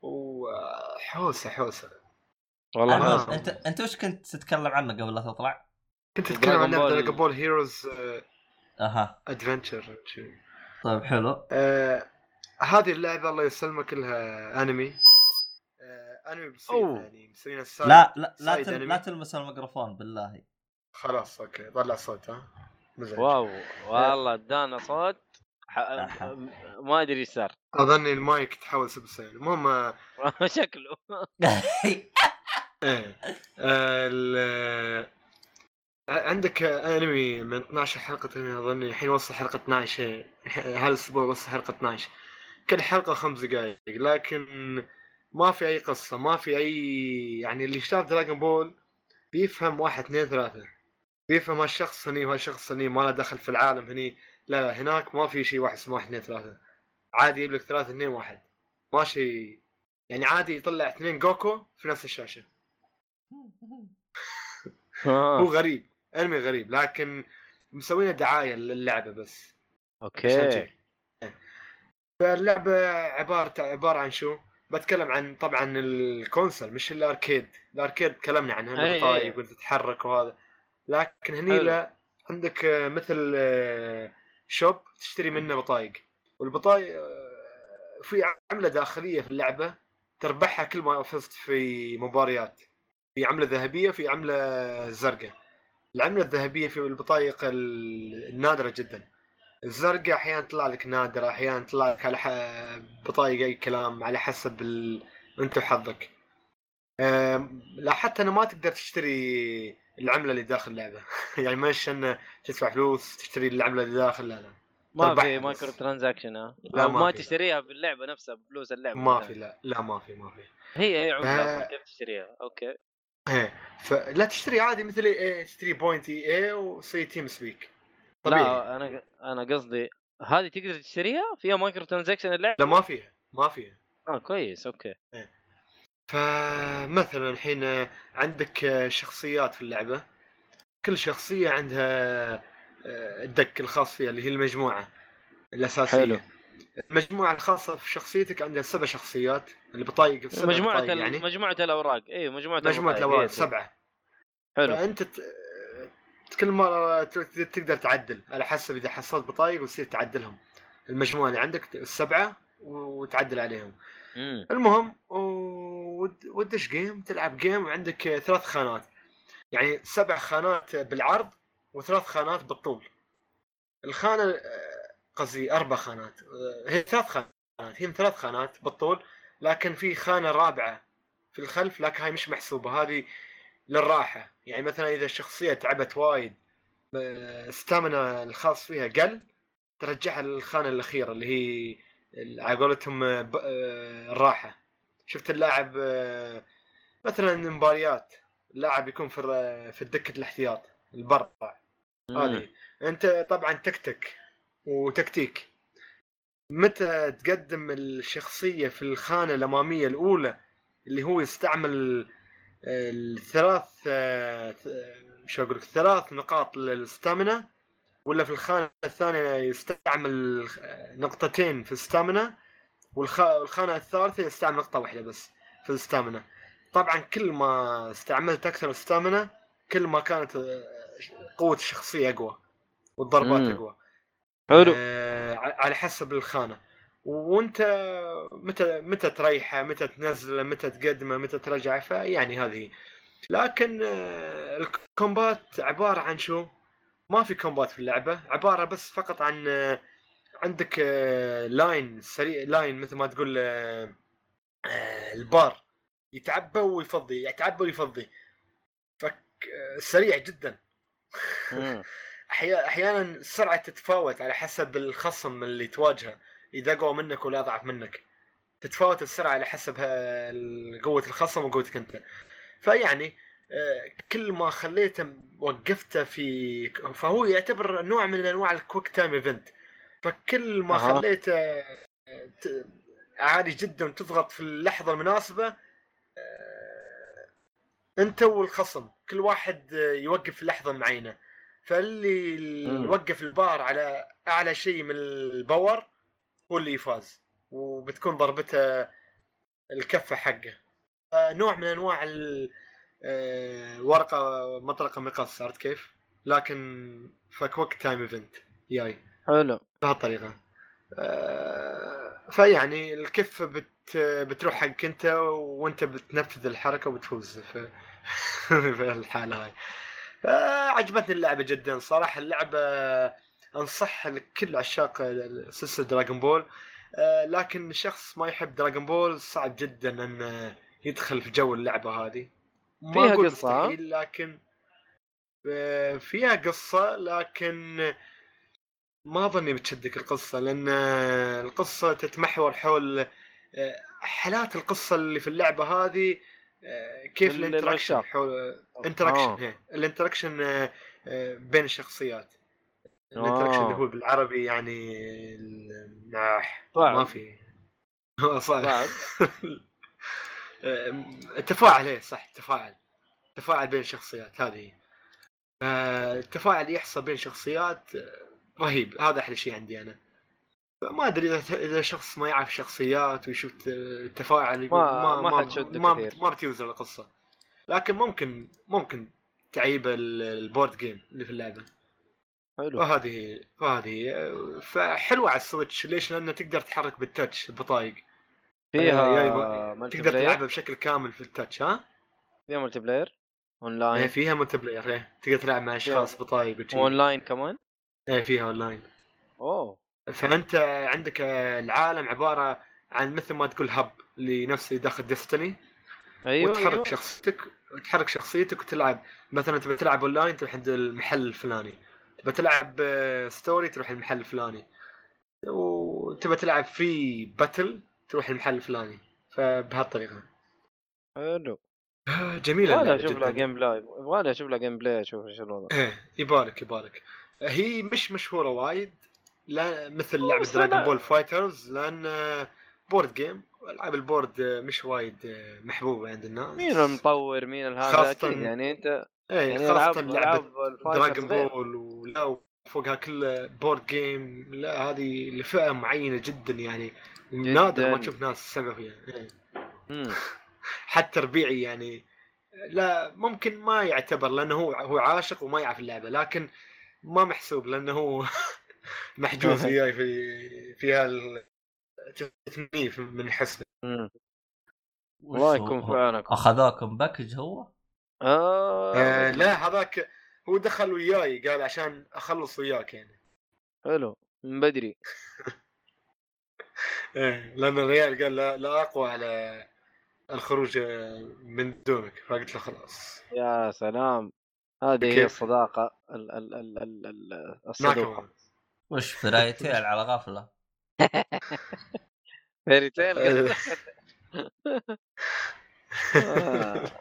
وحوسه والله. انت وش كنت تتكلم عنه قبل لا تطلع؟ كنت اتكلم عن دراغون بول هيروز ادفنتشر. طيب حلو. هذه اللعبه الله يسلمك كلها انمي بسيط يعني مسوينا لا تلمس الميكروفون بالله. خلاص اوكي طلع صوت مزعج. واو والله ادانا صوت ما ادري ايش صار. اظني المايك تحول سبسين. المهم شكله عندك انمي من 12 حلقه اظني الحين وصل حلقه 12. هالاسبوع وصل حلقه 12. كل حلقه 5 دقائق لكن ما في اي قصه ما في اي يعني اللي شاف دراغون بول بيفهم 1 2 3 بيفهم هالشخص هني وهالشخص هني ما له دخل في العالم هني. لا هناك ما في شيء واحد اسمه 1 2 3 عادي يجيب لك 3 2 1 ماشي يعني عادي يطلع 2 جوكو في نفس الشاشه. هو غريب انمي غريب لكن مسوينا دعايه للعبه بس. اوكي فاللعبه عباره عن شو بتكلم عن طبعا الكونسول مش الاركيد تكلمنا عنها البطايق وانت تتحرك وهذا. لكن هني لا عندك مثل شوب تشتري منه بطايق والبطايق في عملة داخلية في اللعبة تربحها كل ما فزت في مباريات. في عملة ذهبية في عملة زرقاء. العملة الذهبية في البطايق النادرة جدا. الزرقاء أحيانا تطلع لك نادرة أحيانا تطلع لك على بطايق أي كلام على حسب أنت وحظك. لا حتى أنا ما تقدر تشتري العملة اللي داخل اللعبة يعني مش أن تدفع فلوس تشتري العملة اللي داخل لا ما في مايكرو ترانزاكشن لا ما تشتريها باللعبه نفسها بفلوس اللعبه ما في لا ما في هي عمله كيف تشتريها اوكي ايه فلا تشتري عادي مثل ايه تشتري بوينت اي وسي تيم سبيك طبيعي. لا انا قصدي هذه تقدر تشتريها فيها مايكرو ترانزاكشن اللعبه؟ لا ما فيها كويس اوكي. إيه. فمثلا الحين عندك شخصيات في اللعبه، كل شخصيه عندها الدك الخاص فيها اللي هي المجموعه الاساسيه. حلو. المجموعه الخاصه في شخصيتك عندها 7 شخصيات اللي بطايق 7 مجموعه بطايق يعني مجموعه الاوراق. ايوه مجموعه الاوراق 7. حلو. فانت كل مرة تقدر تعدل على حسب إذا حصلت بطايق وتصير تعدلهم المجموعة اللي عندك 7 وتعدل عليهم. المهم ودش جيم تلعب جيم وعندك 3 خانات، يعني 7 خانات بالعرض و3 خانات بالطول. الخانة قصدي 4 خانات، هي 3 خانات، هي 3 خانات بالطول، لكن في خانة رابعة في الخلف، لكن هاي مش محسوبة، هذه للراحة. يعني مثلا إذا الشخصية تعبت وايد استامنا الخاص فيها قل، ترجعها للخانة الأخيرة اللي هي على قولتهم الراحة. شفت اللاعب مثلا مباريات اللاعب يكون في الدكة الاحتياط البرع، هذه أنت طبعا تكتك وتكتيك متى تقدم الشخصية في الخانة الأمامية الأولى اللي هو يستعمل الثلاث شو اقول لك 3 نقاط للستامنا، ولا في الخانه الثانيه يستعمل 2 نقطتين في الستامنا، والخانه الثالثه يستعمل نقطه واحده بس في الستامنا. طبعا كل ما استعملت اكثر الستامنا كل ما كانت قوه الشخصيه اقوى والضربات اقوى. حلو. على حسب الخانه، وانت متى تريحه، متى تنزله، متى تقدمه، متى ترجعه. فيعني هذه. لكن الكومبات عبارة عن شو؟ ما في كومبات في اللعبة، عبارة بس فقط عن عندك لاين سريع، لاين مثل ما تقول البار يتعبى ويفضي يتعبى ويفضي، سريع جدا. احيانا السرعة تتفاوت على حسب الخصم اللي تواجهه، اذا قوى منك ولا اضعف منك تتفاوت السرعة على حسب قوة الخصم وقوتك انت. فيعني كل ما خليته وقفته فهو يعتبر نوع من انواع الكويك تايم ايفنت، فكل ما خليته عالي جدا تضغط في اللحظة المناسبة انت والخصم كل واحد يوقف في لحظة معينة، فاللي يوقف البار على اعلى شيء من الباور هو اللي يفاز، وبتكون ضربته الكفة حقه. نوع من انواع ورقة مطرقة مقص، عرفت كيف؟ لكن فكوك تايم ايفنت جاي حلو بهالطريقة. فيعني الكفة بتروح حق انت وانت بتنفذ الحركة وبتفوز في الحالة هاي. عجبتني اللعبة جدا صراحة. اللعبة انصح لكل عشاق سلسلة دراغون بول، لكن شخص ما يحب دراغون بول صعب جدا ان يدخل في جو اللعبة هذه. فيها قصة لكن فيها قصة، لكن ما أظني بتشدك القصة، لأن القصة تتمحور حول حالات القصة اللي في اللعبة هذه، كيف الانتراكشن حول الانتراكشن بين الشخصيات. الانتراكشن اللي هو بالعربي يعني ما في صعب. التفاعل صح، تفاعل بين الشخصيات هذه. التفاعل يحصل بين شخصيات رهيب، هذا احلى شيء عندي انا. ما ادري اذا شخص ما يعرف شخصيات ويشوف التفاعل ما بتوزن القصه، لكن ممكن تعيب البورد جيم اللي في اللعبه. حلو. وهذه فحلوه على السويتش. ليش؟ لانه تقدر تحرك بالتاتش البطايق فيها تقدر تلعبها بشكل كامل في التاتش. فيها ملتي بلاير اونلاين؟ فيها ملتي بلاير، تقدر تلعب مع اشخاص بطايق اونلاين كمان. فيها اونلاين. فانت عندك العالم عباره عن مثل ما تقول هب اللي نفسه داخل ديستني. وتحرك شخصيتك وتلعب. مثلا تبي تلعب اونلاين تروح عند المحل الفلاني، تبي تلعب ستوري تروح المحل الفلاني. وتبى تلعب في باتل تروح المحل الفلاني، فبهالطريقه حلو. جميله ولا اللعبه اشوف لها جدا. جيم بلاي، ولا اشوف لها جيم بلاي، اشوف ايش الوضع. ايه يبارك. هي مش مشهوره وايد، لا مثل لعبه بس دراغون انا بول فايترز، لان بورد جيم، العاب البورد مش وايد محبوبه عند مين الناس، المطور، مين هذا اكيد خاصه يعني انت. ايه يعني خاصه لعبه العاب الفايترز دراغون غير. بول، ولا فوقها كل بورد جيم، لا هذه لفئه معينه جدا يعني، نادر ما جدا. تشوف ناس سبب فيها إيه. امم حتى ربيعي يعني لا ممكن ما يعتبر، لانه هو عاشق وما يعرف اللعبه، لكن ما محسوب لانه هو محجوز وياي في هالتثنيف من حسبه. الله وش يكون في هو عونكم. اخذوكم باكج هو؟ مدري. لا هذاك هو دخل وياي قال عشان اخلص وياك يعني. حلو من بدري. إيه لان الريال قال لا اقوى على الخروج من دونك، فقلت له خلاص. يا سلام، هذه هي كيف الصداقة الصدوقة. ناكم وش فرايتيل على غفله؟ فيري تيل قصدك؟ آه.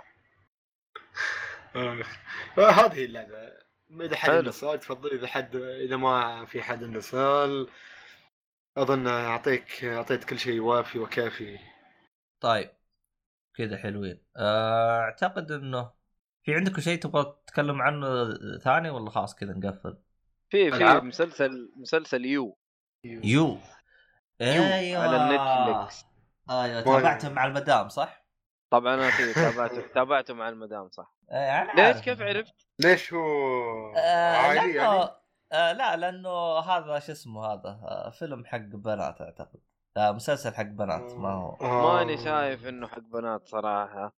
هذه اللعبة. إذا حد عنده حلو. سؤال تفضل، إذا ما في حد عنده سؤال أظن أعطيت كل شيء وافي وكافي. طيب كذا حلوين. اعتقد انه في عندكم شيء تبغى تتكلم عنه ثاني ولا خلاص كذا نقفل؟ في ألعاب مسلسل يو يو على ايوه. النتفليكس. ايوه تابعته مع المدام صح؟ طبعا انا تابعته مع المدام صح. انا ليش عارف كيف عرفت؟ ليش هو عائلي لانه يعني؟ لا لانه هذا شو اسمه هذا فيلم حق بنات اعتقد. مسلسل حق بنات ما هو. ماني شايف انه حق بنات صراحة.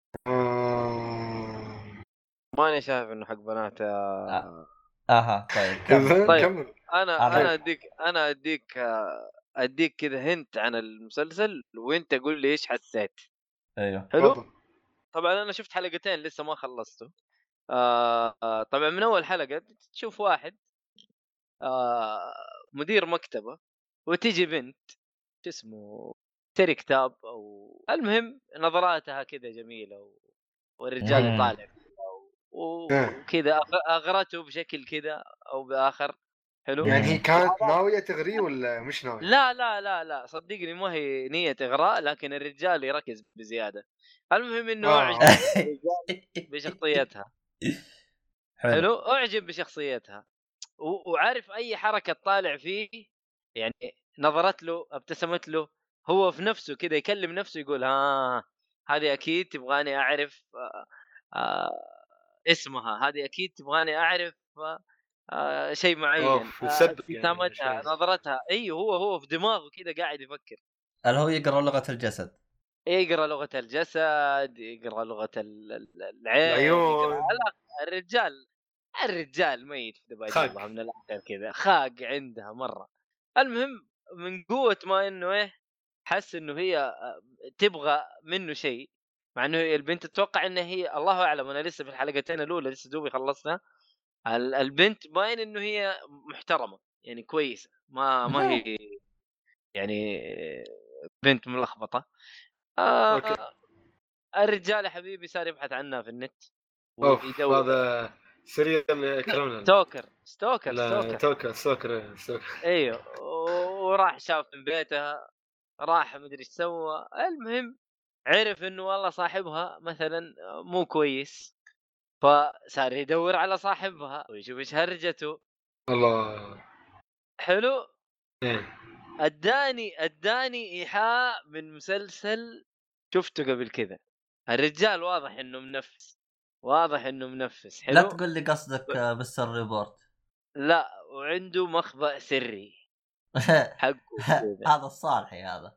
ماني شايف انه حق بنات اها طيب كمل. طيب كمل. انا انا اديك كذا هنت عن المسلسل وانت قول لي ايش حسيت. ايوه حلو. تفضل. طبعا انا شفت حلقتين لسه ما خلصته. طبعا من اول حلقة تشوف واحد مدير مكتبة، وتيجي بنت شو اسمه تري كتاب، او المهم نظراتها كذا جميلة والرجال يطالع فيها وكذا اغرته بشكل كذا او باخر. حلو. يعني هي كانت ناوية تغري ولا مش ناوية؟ لا صدقني ما هي نية اغراء، لكن الرجال يركز بزيادة. المهم انه اعجب الرجال بشخصيتها. حلو. حلو. اعجب بشخصيتها وعارف اي حركة طالع فيه، يعني نظرت له ابتسمت له، هو في نفسه كذا يكلم نفسه يقول هذه اكيد تبغاني اعرف اسمها، هذه اكيد تبغاني اعرف شيء معين، اوف يسبق يعني ابتسامتها شيء. نظرتها. ايوه هو في دماغه كذا قاعد يفكر. اللي هو يقرا لغه الجسد. يقرا لغة الجسد، يقرا لغة العين، يقرا العيون. الرجال ميت في خاق. دباديبها من الاخر كذا، خاق عندها مره. المهم من قوه ما انه حس انه هي تبغى منه شيء، مع انه البنت تتوقع انها هي الله اعلم، انا لسه في الحلقتين الاولى لسه دوبي خلصنا. البنت باين انه هي محترمه يعني كويسه، ما هي يعني بنت ملخبطه. اوكي. الرجال يا حبيبي صار يبحث عنها في النت اوف ويدور. هذا سيريال كريمنال. ستوكر. لا توكر. ايوه وراح شاف من بيتها، راح مدري ايش سوى. المهم عرف انه والله صاحبها مثلا مو كويس، فصار يدور على صاحبها ويشوف ايش هرجته. الله. حلو. ايه. اداني ايحاء من مسلسل شفته قبل كذا. الرجال واضح انه منفس. لا حلو. تقول لي قصدك مستر ريبورت. لا وعنده مخبأ سري حقه كذا. هذا الصالحي هذا.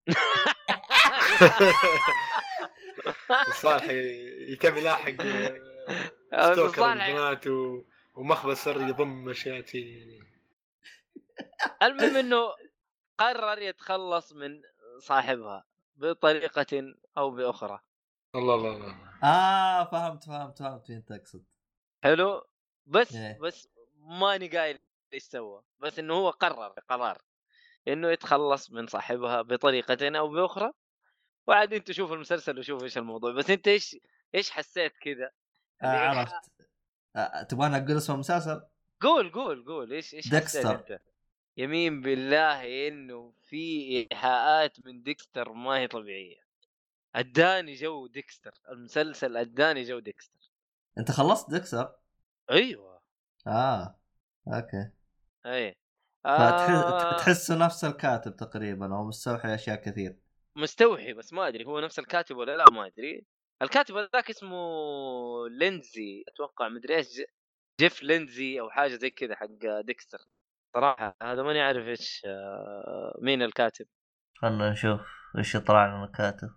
الصالح يتم لاحق ستوكر البنات ومخبز سري يضم اشياء يعني. المهم انه قرر يتخلص من صاحبها بطريقة او باخرى. الله. فهمت فين تقصد. حلو. إيه. بس ماني قايل ايش سوى، بس انه هو قرار انه يتخلص من صاحبها بطريقه او باخرى. وعاد انت شوف المسلسل وشوف ايش الموضوع. بس انت ايش حسيت كذا عرفت. تبغى اقول اسم المسلسل؟ قول ايش حسيت ديكستر. انت؟ يمين بالله انه في ايحاءات من ديكستر ما هي طبيعيه. اداني جو ديكستر المسلسل، اداني جو ديكستر. انت خلصت ديكستر؟ ايوه. اوكي. اي فتحس نفس الكاتب تقريبا او مستوحي اشياء كثير. مستوحي، بس ما ادري هو نفس الكاتب ولا لا، ما ادري. الكاتب هذاك اسمه لينزي اتوقع، مدري ايش، جيف لينزي او حاجه زي كذا حق ديكستر. صراحه هذا ماني عارف ايش مين الكاتب. خلنا نشوف ايش يطلع لنا الكاتب.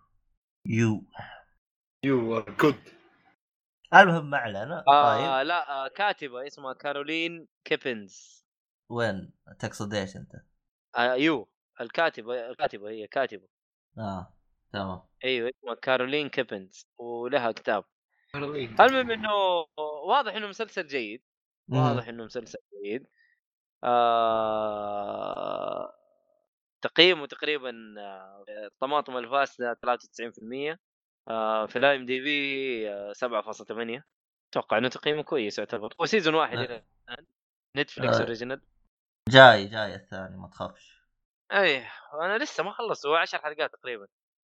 يو ار جود. المهم ما علينا. طيب لا كاتبه اسمها كارولين كيبنز. وين تقصد ايش انت؟ الكاتبه هي كاتبه. تمام. ايوه اسمها كارولين كيبنز ولها كتاب. كارولين. المهم انه واضح انه مسلسل جيد. واضح انه مسلسل جيد. تقييمه تقريبا الطماطم الفاسده 93%. في الام دي بي 7.8. اتوقع انه تقييمه كويس يعتبر. هو سيزون واحد الى الان، نتفليكس اوريجينال. جاي الثاني ما تخافش. اي انا لسه ما خلصت، هو 10 حلقات تقريبا.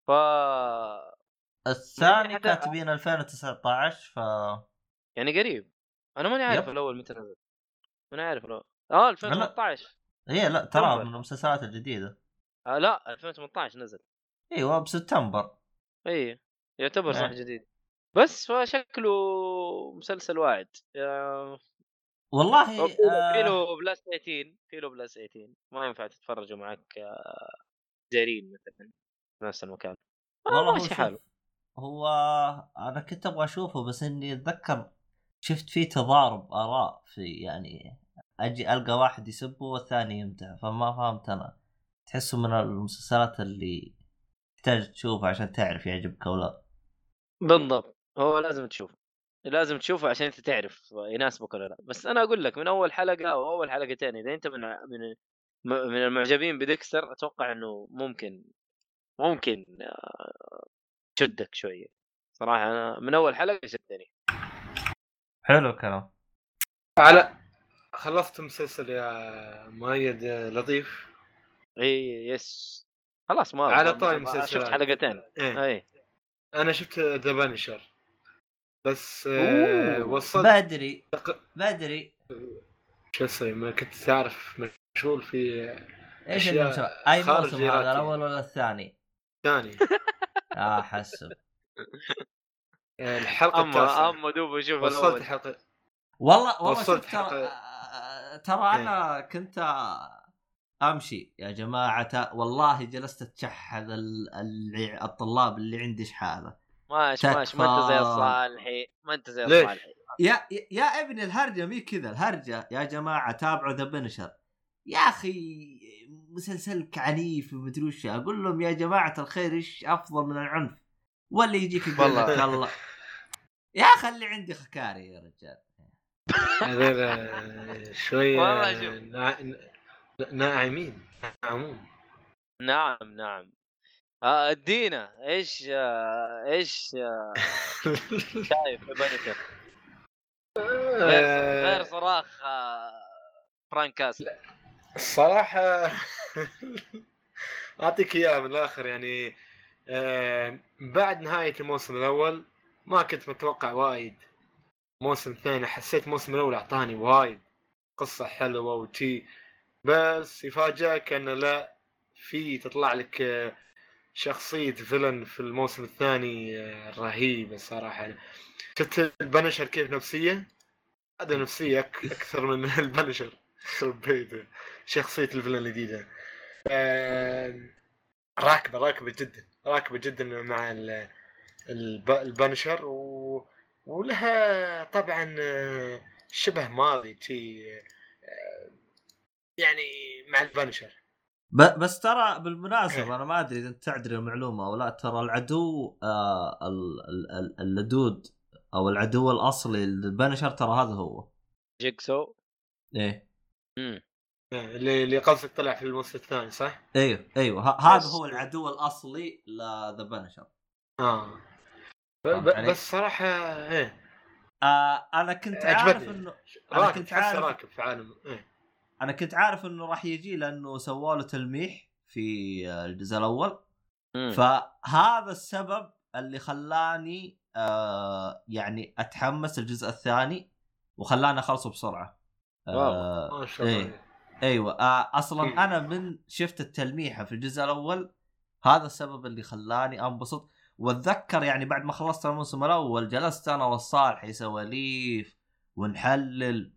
الثاني كاتبين 2019 يعني قريب. انا ماني عارف الاول متى نزل. ماني عارف الاول 2018. هي لا ترى من المسلسلات الجديده. لا 2018 نزل. ايوه بسبتمبر. اي يعتبر صح جديد. بس فشكله مسلسل واعد والله. في له بلاس 18. في له بلاس 18 ما ينفع تتفرجوا معك جارين مثلا في نفس المكان. والله ماشي حاله. هو انا كنت ابغى اشوفه بس اني اتذكر شفت فيه تضارب اراء في يعني اجي القى واحد يسبه والثاني يمدح فما فهمت انا. تحسه من المسلسلات اللي تحتاج تشوفه عشان تعرف يعجبك او لا. بالضبط هو لازم تشوفه عشان انت تعرف يناسبك ولا لا. بس انا اقول لك من اول حلقه او اول حلقتين اذا انت من المعجبين بديكستر اتوقع انه ممكن شدك شويه. صراحه انا من اول حلقه شدني. حلو الكلام. على خلصت مسلسل يا مؤيد لطيف؟ اي يس خلاص. ما على طاري مسلسلات شفت حلقتين. اي انا شفت ذا بانشر بس وصلت بدري شو اسوي ما كنت تعرف مشغول في ايش اي موسم هذا الاول ولا الثاني؟ الثاني. حسب الحلقه التاسعه. اما دوب اشوف وصلت الحلقه. والله وصلت ترى انا كنت امشي يا جماعه والله جلست اتشحذ الطلاب اللي عندي شحاذه. ماشي ما انت زي الصالحي. ما انت زي الصالحي يا ابن الهرجه مي كذا الهرجه يا جماعه. تابعوا ذا بنشر يا اخي مسلسلك عنيف ومدري وش. اقول لهم يا جماعه الخير ايش افضل من العنف؟ ولا يجيك يقول لك الله يا خلي عندي خكاري يا رجال. هذول شويه ناعمين. نعم ادينا ايش شايف بنشر غير صراخ فرانكاس الصراحه. اعطيك اياها من الاخر يعني. بعد نهايه الموسم الاول ما كنت متوقع وايد. الموسم الثاني حسيت الموسم الاول اعطاني وايد قصه حلوه وتي. بس يفاجئك ان لا في تطلع لك شخصيه فيلن في الموسم الثاني رهيبه الصراحه. شفت البنشر كيف نفسيه؟ هذا نفسيه اكثر من البنشر. خرب بيته شخصيه الفيلن الجديده. راكبه جدا مع البنشر ولها طبعا شبه ماضي تي يعني مع البنشر. بس ترى بالمناسبة أنا ما أدري إذا أنت تعدري المعلومة أو لا. ترى العدو اللدود أو العدو الأصلي للبنشر ترى هذا هو جيكسو. إيه اللي قصدك طلع في الموسم الثاني صح؟ ايوه هذا هو العدو الاصلي لذا بانشر. بس صراحه انا كنت عارف انه راكب في عالم انا كنت عارف انه راح يجي لانه سووا له تلميح في الجزء الاول. فهذا السبب اللي خلاني يعني اتحمس الجزء الثاني وخلاني اخلصه بسرعه. ما شاء الله. ايوه اصلا انا من شفت التلميحه في الجزء الاول هذا السبب اللي خلاني انبسط. واتذكر يعني بعد ما خلصت الموسم الاول جلست انا والصالح سواليف ونحلل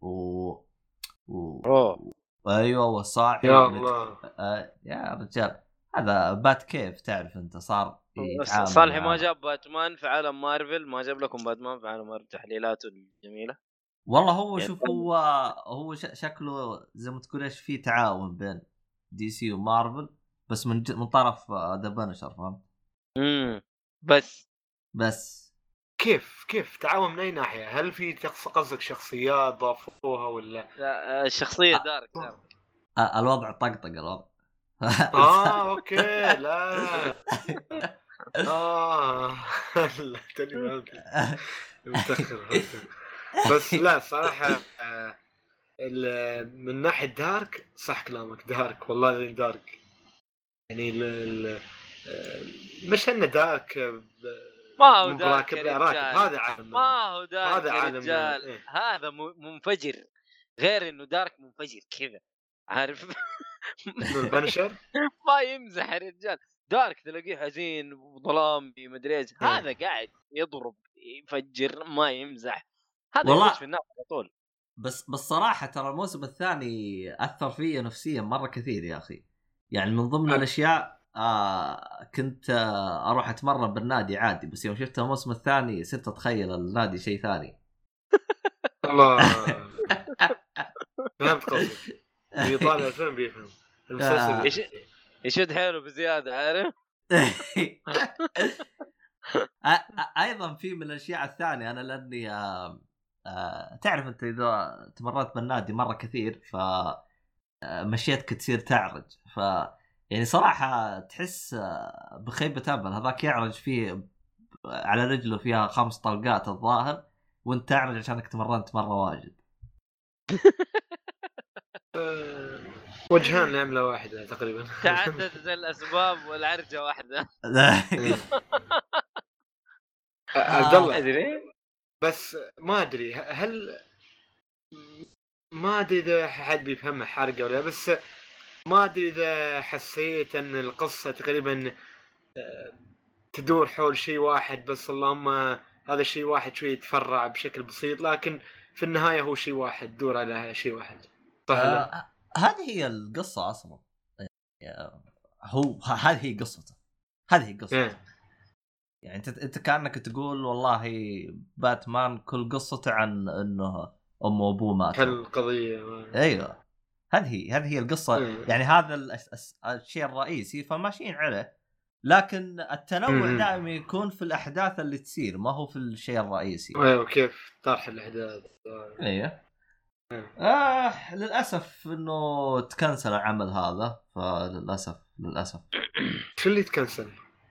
ايوه والصالح يا الله يا رجال هذا بات كيف تعرف انت صار صالح ما جاب باتمان في عالم مارفل، ما جاب لكم باتمان في عالم مارفل تحليلاته الجميله. والله هو شوف هو شكله زي ما تقول ايش في تعاون بين دي سي ومارفل بس من طرف ذا بانشر فهمت. بس كيف تعاون من اي ناحيه؟ هل في قصدك شخصيات ضافوها ولا لا الشخصيه دارك الوضع طقطق الوضع اوكي لا لا تاني متأخر. بس لا صراحة من ناحية دارك صح كلامك دارك والله دارك يعني مش انه دارك ما هو دارك هذا عالم ما هو دارك هذا عالم رجال هذا منفجر غير انه دارك منفجر كذا عارف البنشر ما يمزح الرجال دارك تلاقيه حزين وظلام بمدري ايش هذا قاعد يضرب يفجر ما يمزح هذا يخش في النار على طول. بس بالصراحه ترى الموسم الثاني اثر فيا نفسيا مره كثير يا اخي. يعني من ضمن الاشياء كنت اروح اتمرن بالنادي عادي بس يوم شفت الموسم الثاني صرت اتخيل النادي شيء ثاني. الله فهمت قصدك بيطالع الفيلم بيفهم المسلسل يشد حيله بزياده عارف. ايضا في من الاشياء الثانيه انا لاني تعرف انت اذا تمرنت بالنادي مره كثير ف مشيتك تصير تعرج ف يعني صراحه تحس بخيبه امل. هذاك يعرج فيه على رجله فيها 5 طلقات الظاهر وانت تعرج عشانك تمرنت مره واجد. وجهان لعمله واحده تقريبا تعددت الاسباب والعرجه واحده. عبد الله بس ما ادري هل ما ادري اذا حد بيفهمها حرقه ولا بس ما ادري اذا حسيت ان القصه تقريبا تدور حول شيء واحد بس اللهم هذا الشيء واحد شوي يتفرع بشكل بسيط لكن في النهايه هو شيء واحد دور على شيء واحد صح. هذه هي القصه اصلا هو هذه هي قصته هذه هي قصته. يعني انت كانك تقول والله باتمان كل قصته عن انه امه وابوه ماتوا القضيه ايوه هذه هي القصه. يعني هذا الشيء الرئيسي فماشيين عليه لكن التنوع دائما يكون في الاحداث اللي تصير ما هو في الشيء الرئيسي. ايوه كيف طرح الاحداث ايوه للاسف انه تكنسل العمل هذا فللاسف شو اللي تكنسل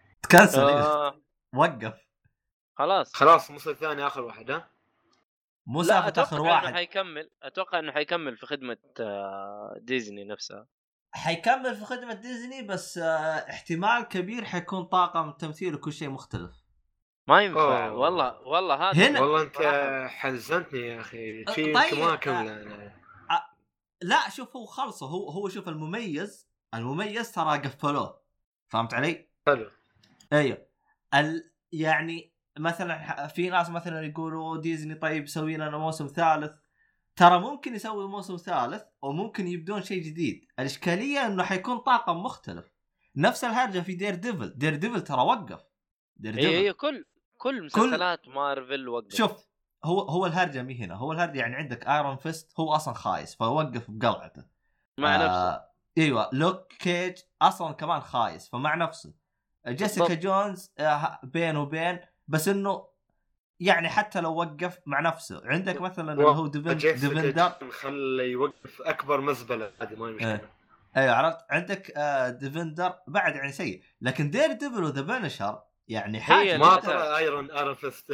وقف خلاص الموسم الثاني اخر واحد ها مو سالفه اخر واحد اتوقع انه حيكمل في خدمه ديزني نفسها حيكمل في خدمه ديزني بس احتمال كبير حيكون طاقم تمثيل وكل شيء مختلف ما ينفع. والله هذا هنا والله انت حزنتني يا اخي في ما كمل لا شوف هو خلصه هو شوف المميز ترى قفلوه فهمت علي. حلو ايوه يعني مثلا في ناس مثلا يقولوا ديزني طيب سوي لنا موسم ثالث ترى ممكن يسوي موسم ثالث وممكن يبدون شيء جديد. الاشكاليه انه حيكون طاقم مختلف نفس الهرجه في دير ديفل ترى وقف هي كل مسلسلات مارفل وقف. شوف هو الهرجه مي هنا هو الهرجه يعني عندك ايرون فيست هو اصلا خايس فوقف بقلعته مع نفسه. ايوه لوك كيج اصلا كمان خايس فمع نفسه. جيسيكا جونز بين وبين بس انه يعني حتى لو وقف مع نفسه عندك مثلا اللي هو ديفندر خلي يوقف اكبر مزبله هذه ما هي مشكله. ايوه عرفت عندك ديفندر بعد يعني سيء لكن دير ديفل وذا بانشر يعني حاجه ما ترى ايرون فيست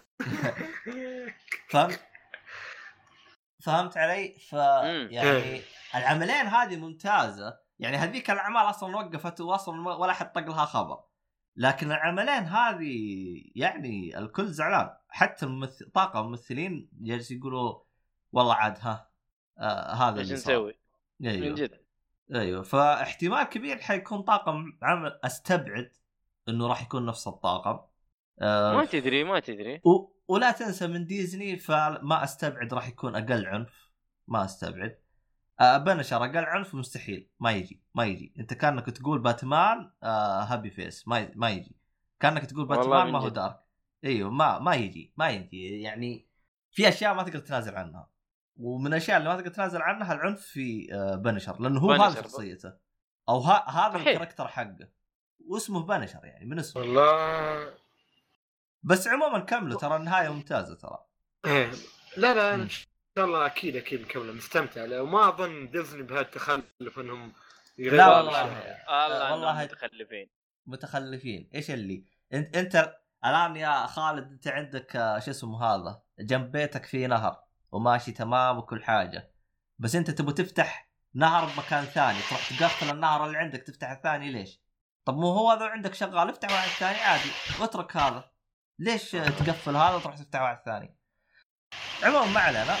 فهمت علي يعني العملين هذه ممتازه يعني هذيك الاعمال اصلا وقفت واصلا ولا حد طق لها خبر لكن العملين هذه يعني الكل زعلان حتى طاقم الممثلين جالس يقولوا والله عاد هذا ايش نسوي ايوه من جد ايوه فاحتمال كبير حيكون طاقم عمل استبعد انه راح يكون نفس الطاقم ما تدري ولا تنسى من ديزني فما استبعد راح يكون اقل عنف ما استبعد بنشر اقل عنف مستحيل ما يجي انت كانك تقول باتمان هابي فيس ما يجي كانك تقول باتمان ما هو دارك ايوه ما يجي يعني في اشياء ما تقدر تنازل عنها ومن الاشياء اللي ما تقدر تنازل عنها العنف في بنشر لانه هو هذا شخصيته او هذا الكاركتر حقه واسمه بنشر يعني من اسمه والله بس عموما كملوا ترى النهايه ممتازه ترى لا ان شاء الله اكيد نكمل مستمتع وما اظن ديزني بهالتخلف انهم لا والله متخلفين ايش اللي انت الان يا خالد انت عندك شو اسمه هذا جنب بيتك في نهر وماشي تمام وكل حاجه بس انت تبغى تفتح نهر بمكان ثاني تروح تقفل النهر اللي عندك تفتح الثاني ليش طب مو هو هذا عندك شغال افتح واحد ثاني عادي واترك هذا ليش تقفل هذا وتروح تفتح واحد ثاني عموما ما علينا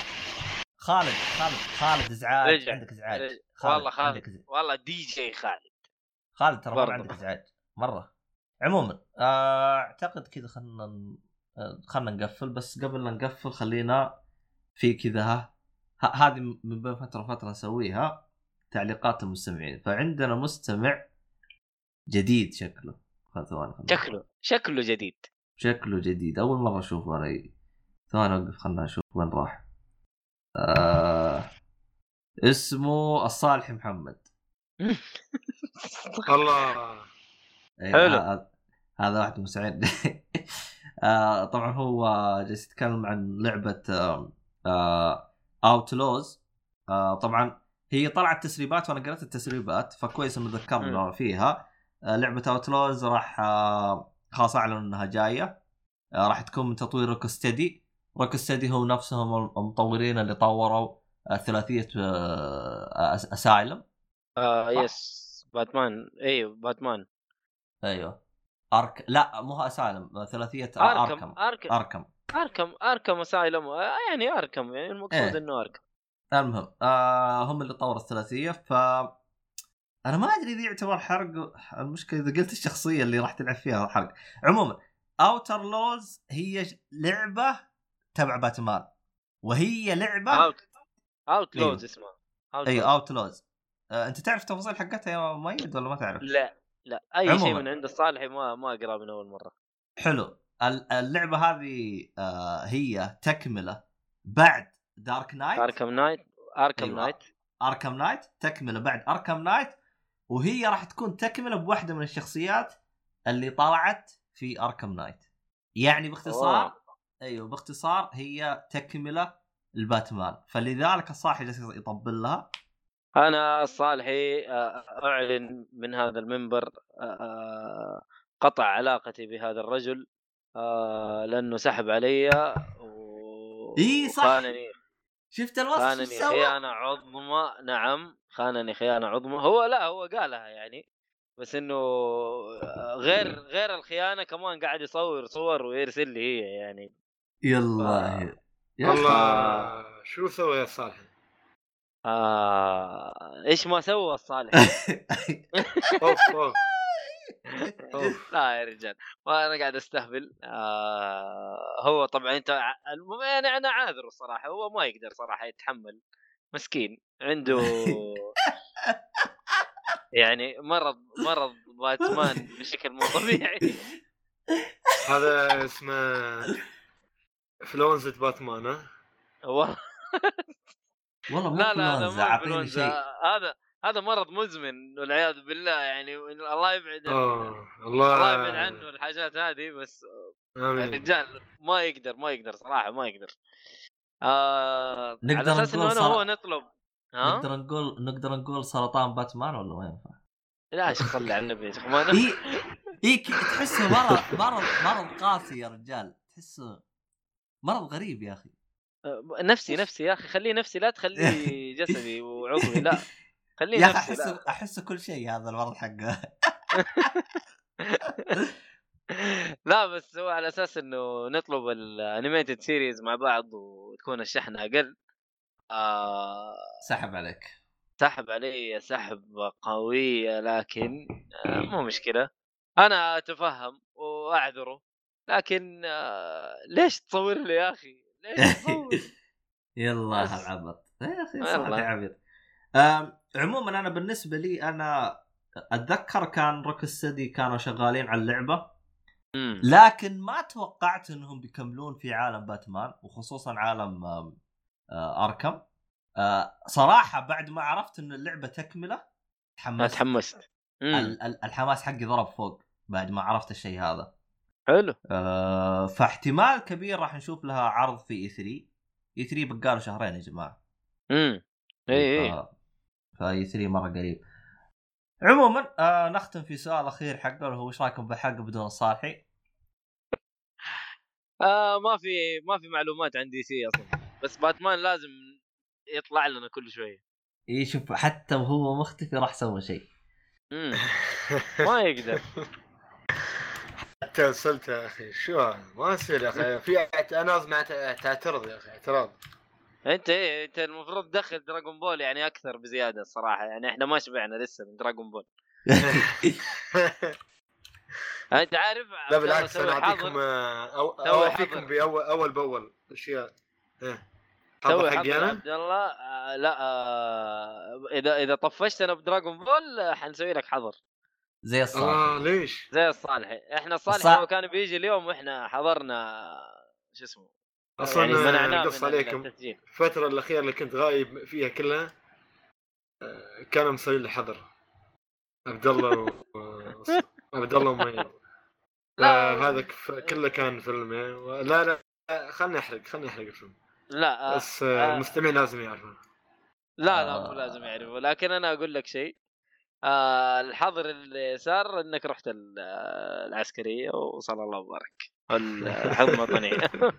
خالد ازعاج عندك ازعاج والله خالد والله دي جي خالد ترى ما عندك ازعاج مره عموما اعتقد كذا خلنا نقفل بس قبل لا نقفل خلينا في كذا هذه من بين فتره نسويها تعليقات المستمعين فعندنا مستمع جديد شكله جديد اول مره اشوفه انا ثواني اوقف خلنا نشوف وين راح اسمه الصالح محمد الله حلو هذا واحد مسعين طبعا هو جالس يتكلم عن لعبة اوتلوز طبعا هي طلعت تسريبات وانا قرأت التسريبات فكويس انه ذكرنا فيها لعبة اوتلوز راح خلاص اعلنوا انها جاية راح تكون من تطوير روكستدي هو نفسهم المطورين اللي طوروا ثلاثية اسايلم يس باتمان باتمان لا مو اسايلم ثلاثية اركم اسايلم يعني اركم يعني المقصود انه اركم المهم هم اللي طوروا الثلاثية ف انا ما ادري اذا يعتبر حرق المشكلة اذا قلت الشخصية اللي راح تلعب فيها حرق عموما اوتر لوز هي لعبة تبع باتمان وهي لعبة اوتلوز اسمها اوتلوز انت تعرف تفاصيل حقتها يا مؤيد ولا ما تعرف؟ لا اي شيء من عند الصالح ما اقرا من اول مره. حلو اللعبه هذه هي تكمله بعد دارك نايت اركم نايت تكمله بعد اركم نايت وهي راح تكون تكمله بواحده من الشخصيات اللي طلعت في اركم نايت يعني باختصار باختصار هي تكمله الباتمان فلذلك الصالح يطبل لها. أنا الصالحي أعلن من هذا المنبر قطع علاقتي بهذا الرجل لأنه سحب علي خانني. شفت الوصف خانني خيانة عظمى. نعم خانني خيانة عظمى. هو قالها يعني بس إنه غير الخيانة كمان قاعد يصور صور ويرسل لي هي يعني يلا والله شو سوى يا صالح؟ ايش ما سوى الصالح؟ لا يا رجال وانا قاعد استهبل. هو طبعا انت يعني انا عاذره الصراحه هو ما يقدر صراحه يتحمل مسكين عنده يعني مرض باتمان بشكل مو طبيعي. هذا اسمه فلونزة باتمان والله مو فلونزا عطيني شيء هذا مرض مزمن والعياذ بالله يعني الله يبعد الله يبعد عنه الحاجات هذه بس الرجال ما يقدر صراحه ما يقدر. نقدر على اساس انه انا هو نطلب نقدر نقول سرطان باتمان ولا ما ينفع؟ لا صلي على النبي يا شيخ ما تحسه مرض قاسي يا رجال، تحسه مرض غريب يا اخي. نفسي يا اخي، خليه نفسي لا تخليه جسدي وعضوي، لا خليه يا نفسي. اخي احس كل شيء هذا المرض حقه. لا بس هو على اساس انه نطلب الانيميتد سيريز مع بعض وتكون الشحنه اقل. سحب عليك، سحب علي سحب قوية، لكن مو مشكلة، أنا أتفهم وأعذره، لكن ليش تصور لي يا أخي؟ ليش تصور؟ يلا هالعبط يا أخي صراحة عبيط. عموما أنا بالنسبة لي أنا أتذكر كان روكستدي كانوا شغالين على اللعبة، لكن ما توقعت أنهم بيكملون في عالم باتمان وخصوصا عالم أركم. صراحة بعد ما عرفت أن اللعبة تكملة تحمست. الحماس حقي ضرب فوق بعد ما عرفت الشيء هذا. حلو. فاحتمال كبير راح نشوف لها عرض في E3 بقاله شهرين يا جماعة. فا E3 مرة قريب. عموما نختم في سؤال أخير حقه، هو وش رايكم بحق بدون الصالحي؟ ما في معلومات عن DC أصلا، بس باتمان لازم يطلع لنا كل شوية. شوف حتى وهو مختفي راح سوى شيء. ما يقدر. حتى وصلت يا أخي شو ما يصير يا أخي، في أنا ما تعترض يا أخي اعتراض. انت المفروض تدخل دراغون بول يعني اكثر بزياده الصراحه، يعني احنا ما شبعنا لسه من دراغون بول. انت عارف لا بالعكس انا اعطيكم اعطيكم باول باول اشياء. سوي حظر عبد الله. لا اذا طفشت انا بدراغون بول حنسوي لك حظر زي الصالح. ليش زي الصالح؟ احنا الصالح هو كان بيجي اليوم واحنا حضرنا شو اسمه اصلا يعني منعناه من عليكم التسجيل. الفتره الاخيره اللي كنت غايب فيها كلها كان مسوي لي حظر عبد الله عبد الله وميد. هذا كله كان فيلم لا خلني احرق الفيلم. لا بس المستمعين لازم يعرفون. لا مو لازم يعرفوا، لكن انا اقول لك شيء. الحظر اللي صار انك رحت العسكريه وصلى الله وبارك الحظر الوطني.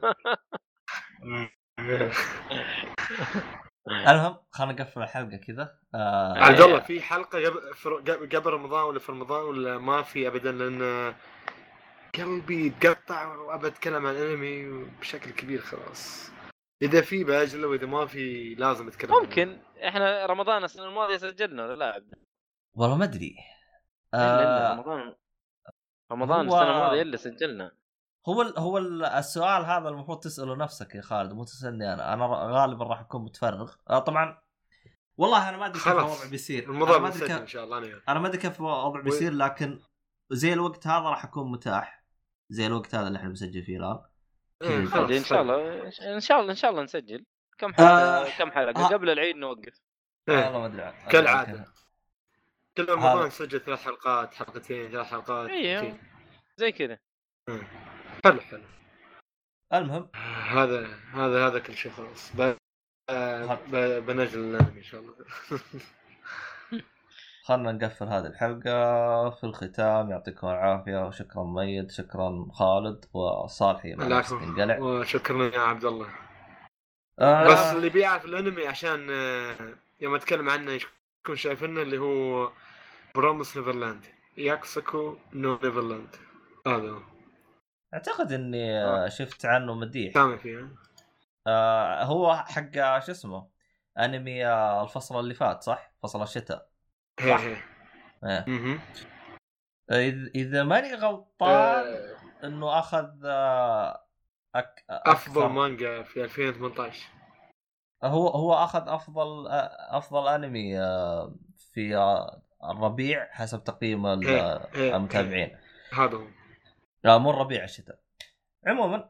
المهم خلينا نقفل الحلقه كذا. عبد الله في حلقه قبل رمضان ولا في رمضان ولا ما في ابدا؟ لان قلبي يتقطع وابى اتكلم عن انمي بشكل كبير خلاص. اذا في باجله واذا ما في لازم اتكلم. ممكن احنا رمضان السنه الماضيه سجلنا ولا لا؟ والله ما ادري. لا رمضان السنه الماضيه اللي سجلنا. هو السؤال هذا المفروض تسأله نفسك يا خالد، مو تسألني انا غالبا راح اكون متفرغ. طبعا والله انا ما ادري كيف الوضع بيصير. الموضوع بيصير ان شاء الله. انا ما ادري كيف الوضع بيصير، لكن زي الوقت هذا راح اكون متاح، زي الوقت هذا اللي احنا بنسجل فيه الان. ان شاء الله نسجل كم حلقه قبل العيد نوقف. والله ما ادري كالعاده كل رمضان نسجل 3 حلقات، حلقتين، 3 حلقات. ايوه زي كذا. حلو. المهم هذا كل شيء خلاص. بنجل الانمي ان شاء الله. خلنا نقفل هذه الحلقة. في الختام يعطيكم العافية، وشكرا ميد، شكرا خالد وصالحي انقلع، وشكرا يا عبد الله. بس اللي بيعرف الانمي عشان يوم اتكلم عنه يكون شايفينه، اللي هو بروميس نيفرلاند، ياكسكو نو نيفرلاند. هذا اعتقد اني شفت عنه مديح. سامع فيه. هو حق شو اسمه انمي الفصل اللي فات صح؟ فصل الشتاء. اذا ماني غلطان انه اخذ افضل مانجا في 2018. هو اخذ افضل انمي في الربيع حسب تقييم المتابعين. هذا مو الربيع، الشتاء. عموما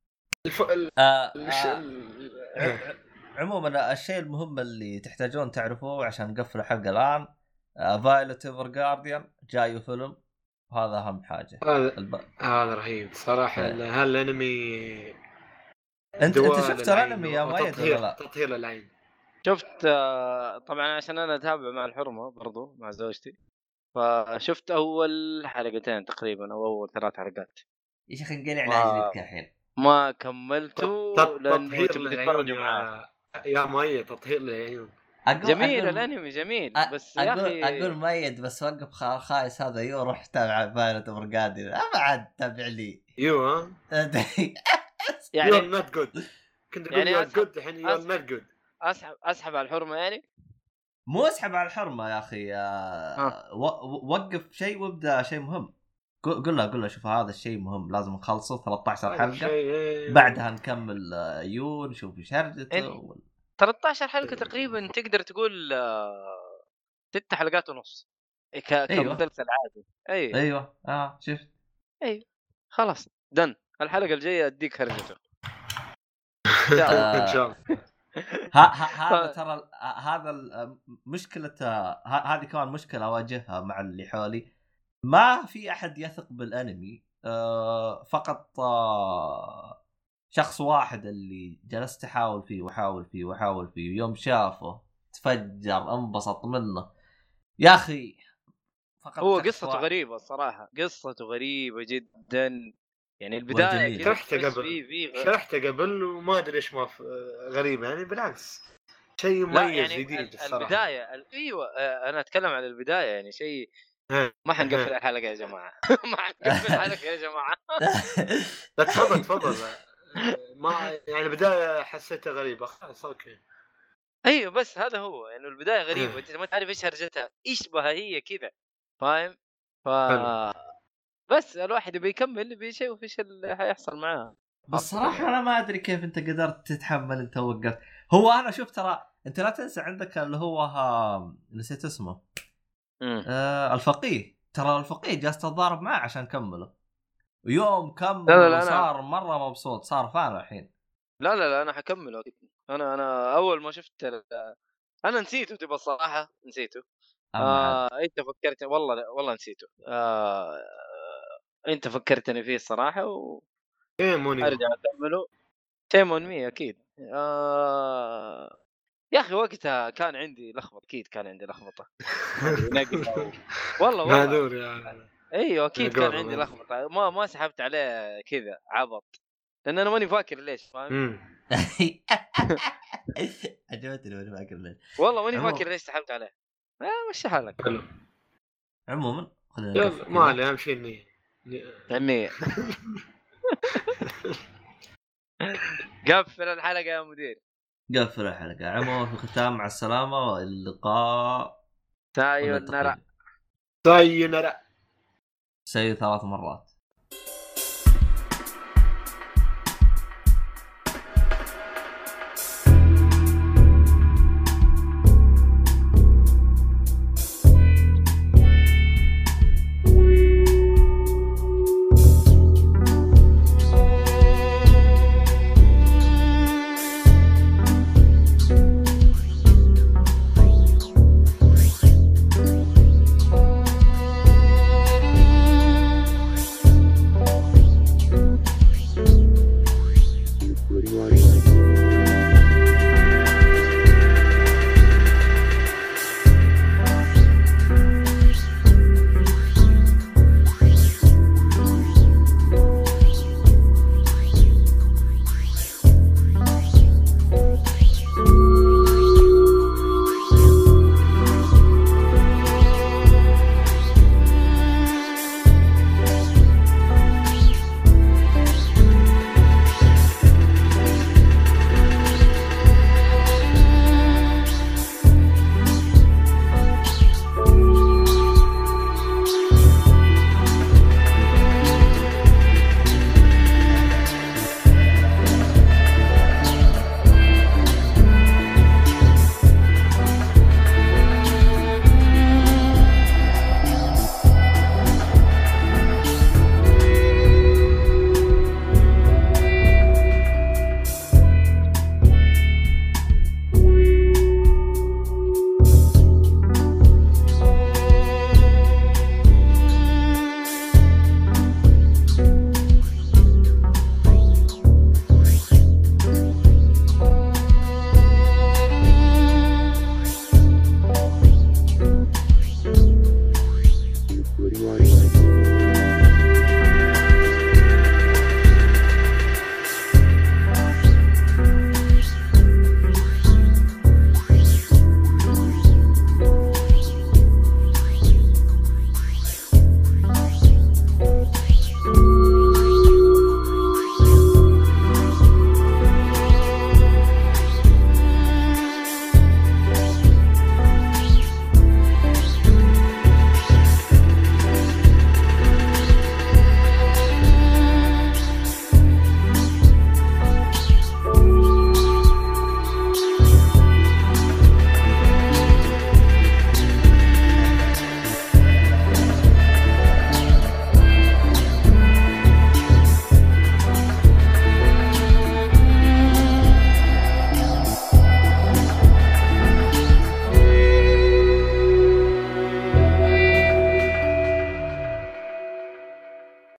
عموما الشيء المهم اللي تحتاجون تعرفوه عشان نقفل الحلقه الان، فايلوت ايفر جارديان جاي فيلم هذا اهم حاجه. هذا رهيب صراحه. هالانمي انت شفت الانمي يا مؤيد ولا لا؟ تطهير العين. شفت طبعا عشان انا اتابع مع الحرمه برضو مع زوجتي، فشفت اول حلقتين تقريبا او اول 3 حلقات. يا شيخ انقلع على جلدك الحين. ما كملته لانه تطهير العيون يا مؤيد، تطهير العيون جميل. الانمي جميل بس يا اخي اقول مؤيد بس وقف خايس هذا يو روح تابع فايلت برقادي ابعد تابع لي يو يعني يو نوت جود. كنت اقول يو جود الحين يو نوت جود. اسحب على الحرمه يعني مو اسحب على الحرمه يا اخي. وقف شيء وابدا شيء مهم. قل له شوف هذا الشيء مهم لازم نخلصه 13 حلقه بعدها نكمل يو نشوف ايش هرجته. 13 حلقه تقريبا تقدر تقول 6 حلقات ونص كمسلسل عادي. ايوه شفت. ايوه خلاص دن. الحلقه الجايه اديك هرجته ان شاء الله. هذا ترى هذا مشكله. هذه كمان مشكله اواجهها مع اللي حولي. ما في احد يثق بالانمي. فقط شخص واحد اللي جلست احاول فيه يوم شافه تفجر انبسط منه يا اخي. فقط هو قصته غريبه الصراحه، قصته غريبه جدا يعني. البدايه شرحته قبل وما ادري ايش ما غريب يعني، بالعكس شيء مميز يعني جديد الصراحه. البدايه ايوه انا اتكلم عن البدايه يعني شيء ما حنقفل الحلقه يا جماعه. ما حنقفل الحلقه يا جماعه. لا تفضل ما يعني البدايه حسيتها غريبه خلاص اوكي. ايوه بس هذا هو يعني البدايه غريبه، انت ما تعرف ايش هرجتها، ايش بها هي كذا فاهم. بس الواحد بيكمل بيشوف ايش اللي حيحصل معاه. بس صراحه انا ما ادري كيف انت قدرت تتحمل انت وقفت. هو انا شوف ترى انت لا تنسى عندك اللي هو نسيت اسمه الفقيه. ترى الفقيه جالس تتضارب معه عشان كمله ويوم كمل صار مره مبسوط صار فان الحين. لا انا حكمله. انا اول ما شفت انا نسيته تبى الصراحه نسيته. انت فكرتني والله نسيته. انت فكرتني فيه الصراحه ارجع اكمله. تيمون مي اكيد. يا اخي وقتها كان عندي لخبطه، اكيد كان عندي لخبطه والله معذور يعني. ايوه اكيد كان عندي لخبطه، ما سحبت عليه كذا عبط لان انا ماني فاكر ليش فاهم. عجبتني ماني فاكر ليش والله ماني فاكر ليش سحبت عليه. مشي حالك. عموما ما عليه اهم شيء النية. قفل الحلقه يا مدير. قفل الحلقه. عمو في الختام مع السلامه واللقاء. سايونارا 3 مرات.